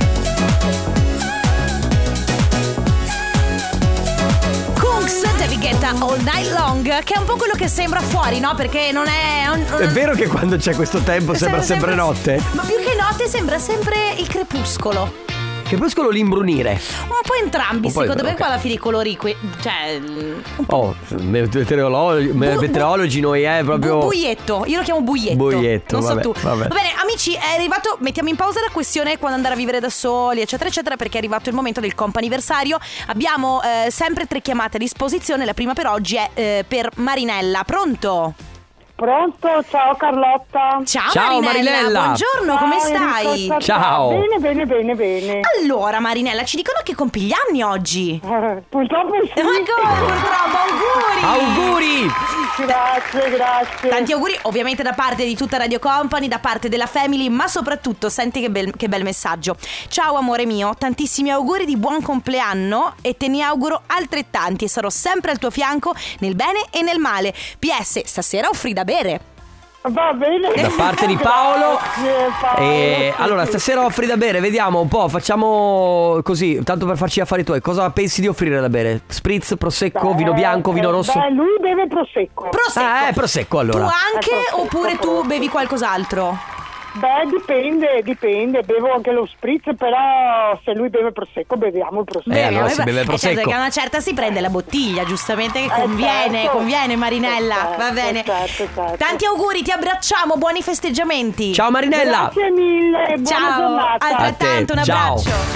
Kungs, David Guetta, All Night Long, che è un po' quello che sembra fuori, no? Perché non è... non- È vero che quando c'è questo tempo sembra sempre notte? Ma più che notte sembra sempre il crepuscolo. Crepuscolo l'imbrunire. Un po' entrambi, Un po' secondo me, ok. qua alla fine i colori qui. Cioè. un po' Oh, meteorologi, Bu- meteorologi noi è proprio... bu- buietto. Io lo chiamo buietto. Buietto, Non so vabbè, tu. vabbè. Va bene, amici, è arrivato. Mettiamo in pausa la questione quando andare a vivere da soli, eccetera, eccetera, perché è arrivato il momento del comp'anniversario. Abbiamo eh, sempre tre chiamate a disposizione. La prima per oggi è eh, per Marinella. Pronto? Pronto? Ciao Carlotta. Ciao, Ciao, Marinella. Marinella. Buongiorno, come Ciao, stai? Enrico, Ciao. Bene, bene, bene, bene. Allora, Marinella, ci dicono che compi gli anni oggi. Eh, purtroppo sì. Ma come purtroppo? Auguri! Auguri! Grazie, grazie. Tanti auguri ovviamente da parte di tutta Radio Company, da parte della Family, ma soprattutto senti che bel, che bel messaggio. Ciao amore mio, tantissimi auguri di buon compleanno e te ne auguro altrettanti e sarò sempre al tuo fianco nel bene e nel male. P S, stasera offri da bere. Va bene. Da parte di Paolo. Grazie, Paolo. E allora stasera offri da bere, vediamo un po', facciamo così, tanto per farci gli affari tuoi. Cosa pensi di offrire da bere? Spritz, prosecco, Beh, vino bianco, vino eh, rosso? Beh, lui beve prosecco. Prosecco. Ah, è prosecco Tu allora. anche È prosecco, oppure tu prosecco. bevi qualcos'altro? Beh, dipende, dipende. Bevo anche lo spritz, però se lui beve prosecco, beviamo il prosecco. Eh, allora Bevi, si beve eh, certo, prosecco. perché a una certa si prende la bottiglia, giustamente, che Eh, conviene, certo. conviene Marinella. Certo, Va bene. certo, certo. Tanti auguri, ti abbracciamo, buoni festeggiamenti. Ciao Marinella. Grazie mille, buona Ciao, giornata. altrettanto, A un te, ciao. abbraccio.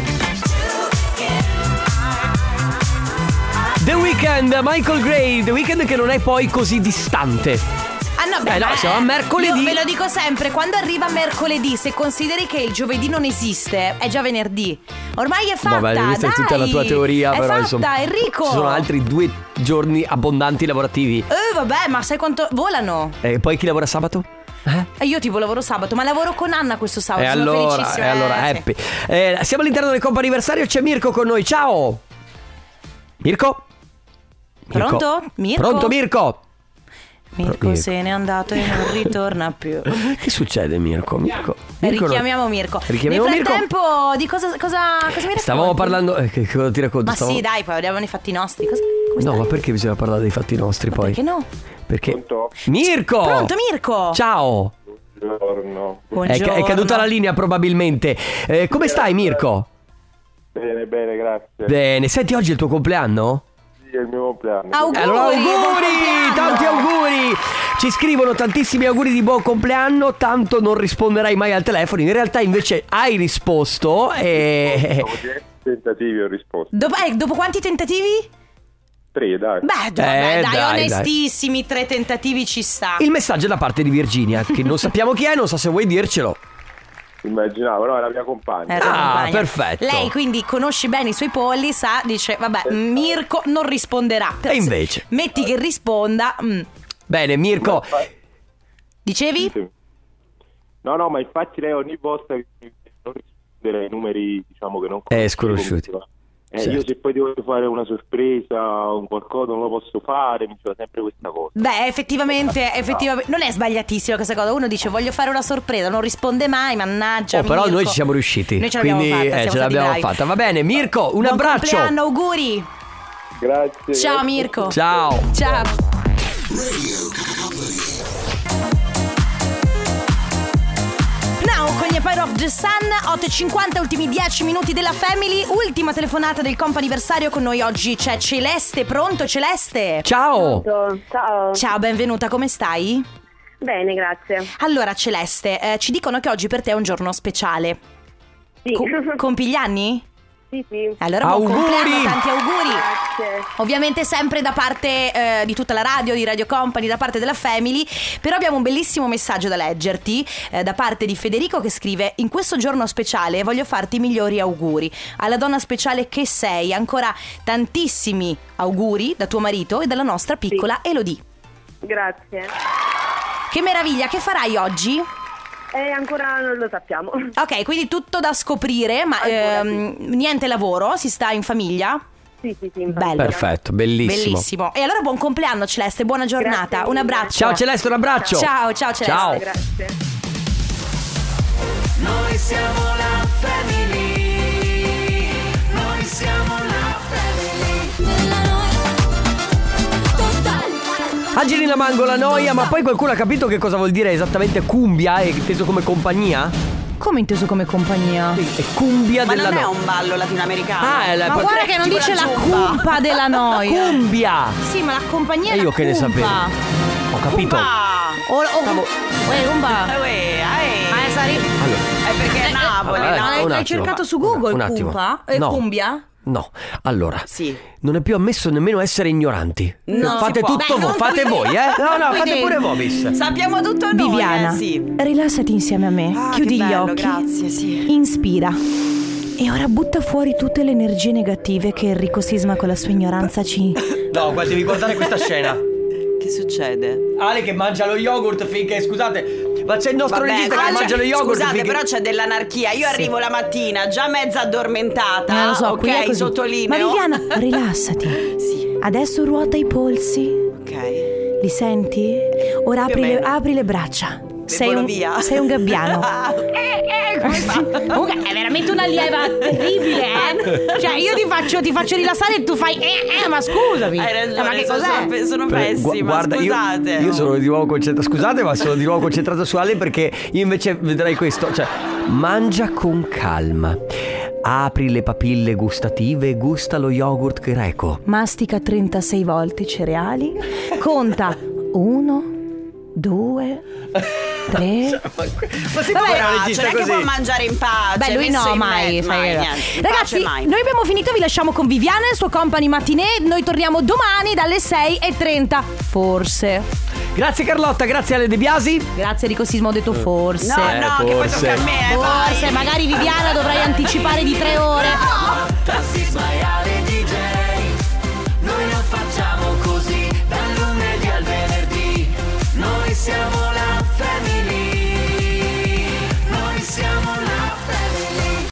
The Weeknd, Michael Gray, The Weeknd che non è poi così distante. Ah no, beh, Eh, no, ma- siamo a mercoledì. Io ve lo dico sempre, quando arriva mercoledì, se consideri che il giovedì non esiste, è già venerdì. Ormai è fatta. Vabbè, questa è tutta dai. la tua teoria, è però fatta, insomma. Enrico. Ci sono altri due giorni abbondanti lavorativi. Eh, vabbè, ma sai quanto volano? E poi chi lavora sabato? Eh, Io tipo lavoro sabato, ma lavoro con Anna questo sabato. E sono allora, felicissima. e allora, eh, sì. happy. Eh, siamo all'interno del comp'anniversario, c'è Mirko con noi, ciao! Mirko? Mirko? Pronto? Mirko? Pronto Mirko? Mirko Mirko. se n'è andato e non ritorna più. Che succede Mirko? Mirko? Mirko Richiamiamo Mirko. Richiamiamo Nel Mirko. frattempo, di cosa, cosa, cosa mi racconti? Stavamo parlando, eh, che cosa ti racconto? Ma Stavamo- sì, dai, poi abbiamo i fatti nostri. Cosa, come No, stai? ma perché bisogna parlare dei fatti nostri poi? Perché no? Perché? Mirko! Pronto, Mirko? Ciao! Buongiorno. È, ca- è caduta la linea probabilmente. Eh, come stai Mirko? Bene, bene, grazie. Bene, senti oggi è il tuo compleanno? Sì, è il mio compleanno. Auguri, Allora buon auguri, compleanno. tanti auguri. Ci scrivono tantissimi auguri di buon compleanno. Tanto non risponderai mai al telefono. In realtà invece hai risposto e... Dopo dieci tentativi ho risposto. Dopo, eh, dopo quanti tentativi? Tre, dai. Beh, vabbè, Eh, dai, dai, onestissimi, tre tentativi ci sta. Il messaggio è da parte di Virginia, che non sappiamo chi è, non so se vuoi dircelo. Immaginavo, no, è la mia compagna. Era Ah, compagna. perfetto. Lei quindi conosce bene i suoi polli, sa, dice, vabbè, Mirko non risponderà. Però E se invece? metti che risponda. mm. Bene, Mirko. Dicevi? No, no, ma infatti lei ogni volta che mi non rispondere ai numeri, diciamo che non È sconosciuti. Eh, Certo. Io se poi devo fare una sorpresa o un qualcosa non lo posso fare, mi fa sempre questa cosa. Beh, effettivamente, effettivamente non è sbagliatissima questa cosa. Uno dice voglio fare una sorpresa, non risponde mai, mannaggia. Oh, però Mirko. noi ci siamo riusciti. Noi ce l'abbiamo Quindi fatta, eh, siamo ce stati l'abbiamo bravi. fatta. Va bene, Mirko, un Buon abbraccio. compleanno, auguri. Grazie. Ciao Mirko. Ciao. Ciao. of the Sun. Otto e cinquanta, ultimi dieci minuti della Family. Ultima telefonata del comp'anniversario. Con noi oggi c'è Celeste. Pronto Celeste? Ciao. Ciao. Ciao, benvenuta, come stai? Bene, grazie. Allora Celeste, eh, ci dicono che oggi per te è un giorno speciale. Sì. Co- compi gli anni? Sì, sì. Allora buon Auguri! compleanno, tanti auguri. Grazie. Ovviamente sempre da parte eh, di tutta la radio, di Radio Company, da parte della Family. Però abbiamo un bellissimo messaggio da leggerti eh, da parte di Federico che scrive: in questo giorno speciale voglio farti i migliori auguri. Alla donna speciale che sei, ancora tantissimi auguri da tuo marito e dalla nostra piccola sì. Elodie. Grazie. Che meraviglia, che farai oggi? Eh, ancora non lo sappiamo. Ok, quindi tutto da scoprire, ma ehm, niente lavoro, si sta in famiglia? Sì, sì, sì. Bello. Perfetto, bellissimo. Bellissimo. E allora buon compleanno Celeste, buona giornata. Grazie Un mille. abbraccio. Ciao Celeste, un abbraccio. Ciao, ciao Celeste. Ciao. Grazie. Noi siamo la Family. Noi siamo la Family. Angelina Mango, la noia, ma poi qualcuno ha capito che cosa vuol dire esattamente cumbia? È inteso come compagnia? Come inteso come compagnia? Sì, è cumbia Ma della non è noia. un ballo latinoamericano. Ah, è la Ma guarda che non tipo dice la la zumba. cumpa della noia. Cumbia. Sì, ma la compagnia E è io la che ne cumpa. sapevo. Ho capito. O, o, Uè, cumpa. Eh, uè, eh. Ma è sari- Allora, È perché è Napoli, Eh, no? un L'hai attimo, cercato ma- su Google, un attimo. cumpa? E No. cumbia? no. Allora, Sì. non è più ammesso nemmeno essere ignoranti. No, fate si può. tutto Beh, voi, non fate qui- voi, eh? No, no, Quindi- fate pure voi, miss. Sappiamo tutto noi, Viviana, eh, sì. rilassati insieme a me. Ah, Chiudi che gli bello, occhi. grazie, sì. Inspira. E ora butta fuori tutte le energie negative che Enrico Sisma con la sua ignoranza ci... No, guarda, devi guardare questa scena. Che succede? Ale che mangia lo yogurt finché, scusate, ma c'è il nostro Vabbè, regista che Ale, mangia lo yogurt scusate, finché... però c'è dell'anarchia. Io arrivo la mattina già mezza addormentata. Eh, lo so, qui è ok, così. sottolineo. Ma Viviana, rilassati. Sì, Adesso ruota i polsi. ok. Li senti? Ora Più o apri le, meno. apri le braccia. Sei un, via. sei un gabbiano. eh, eh, come fa? Comunque è veramente una lieva terribile, eh? Cioè io ti faccio, ti faccio rilassare e tu fai eh, eh, ma scusami. Hai ragione, Ma che cos'è? sono, sono Pre- gu- pessima, guarda, io- scusate. Io, sono di nuovo concentrato. Scusate, ma sono di nuovo concentrato su Ale perché io invece vedrei questo. Cioè, mangia con calma. Apri le papille gustative e gusta lo yogurt greco. Mastica trentasei volte i cereali. Conta uno, due, tre. Ma si Vabbè, può no, regista cioè, non è che così? può mangiare in pace. Beh, lui messo no, in mai, me- sai mai, che no. niente. In Ragazzi, pace mai. noi abbiamo finito, vi lasciamo con Viviana e il suo company matinee. Noi torniamo domani dalle sei e trenta. Forse. Grazie Carlotta, grazie Ale De Biasi. Grazie Enrico Sisma, ho detto forse. No, no, che poi forse. tocca a me, eh, vai. Forse, magari Viviana dovrai anticipare di tre ore.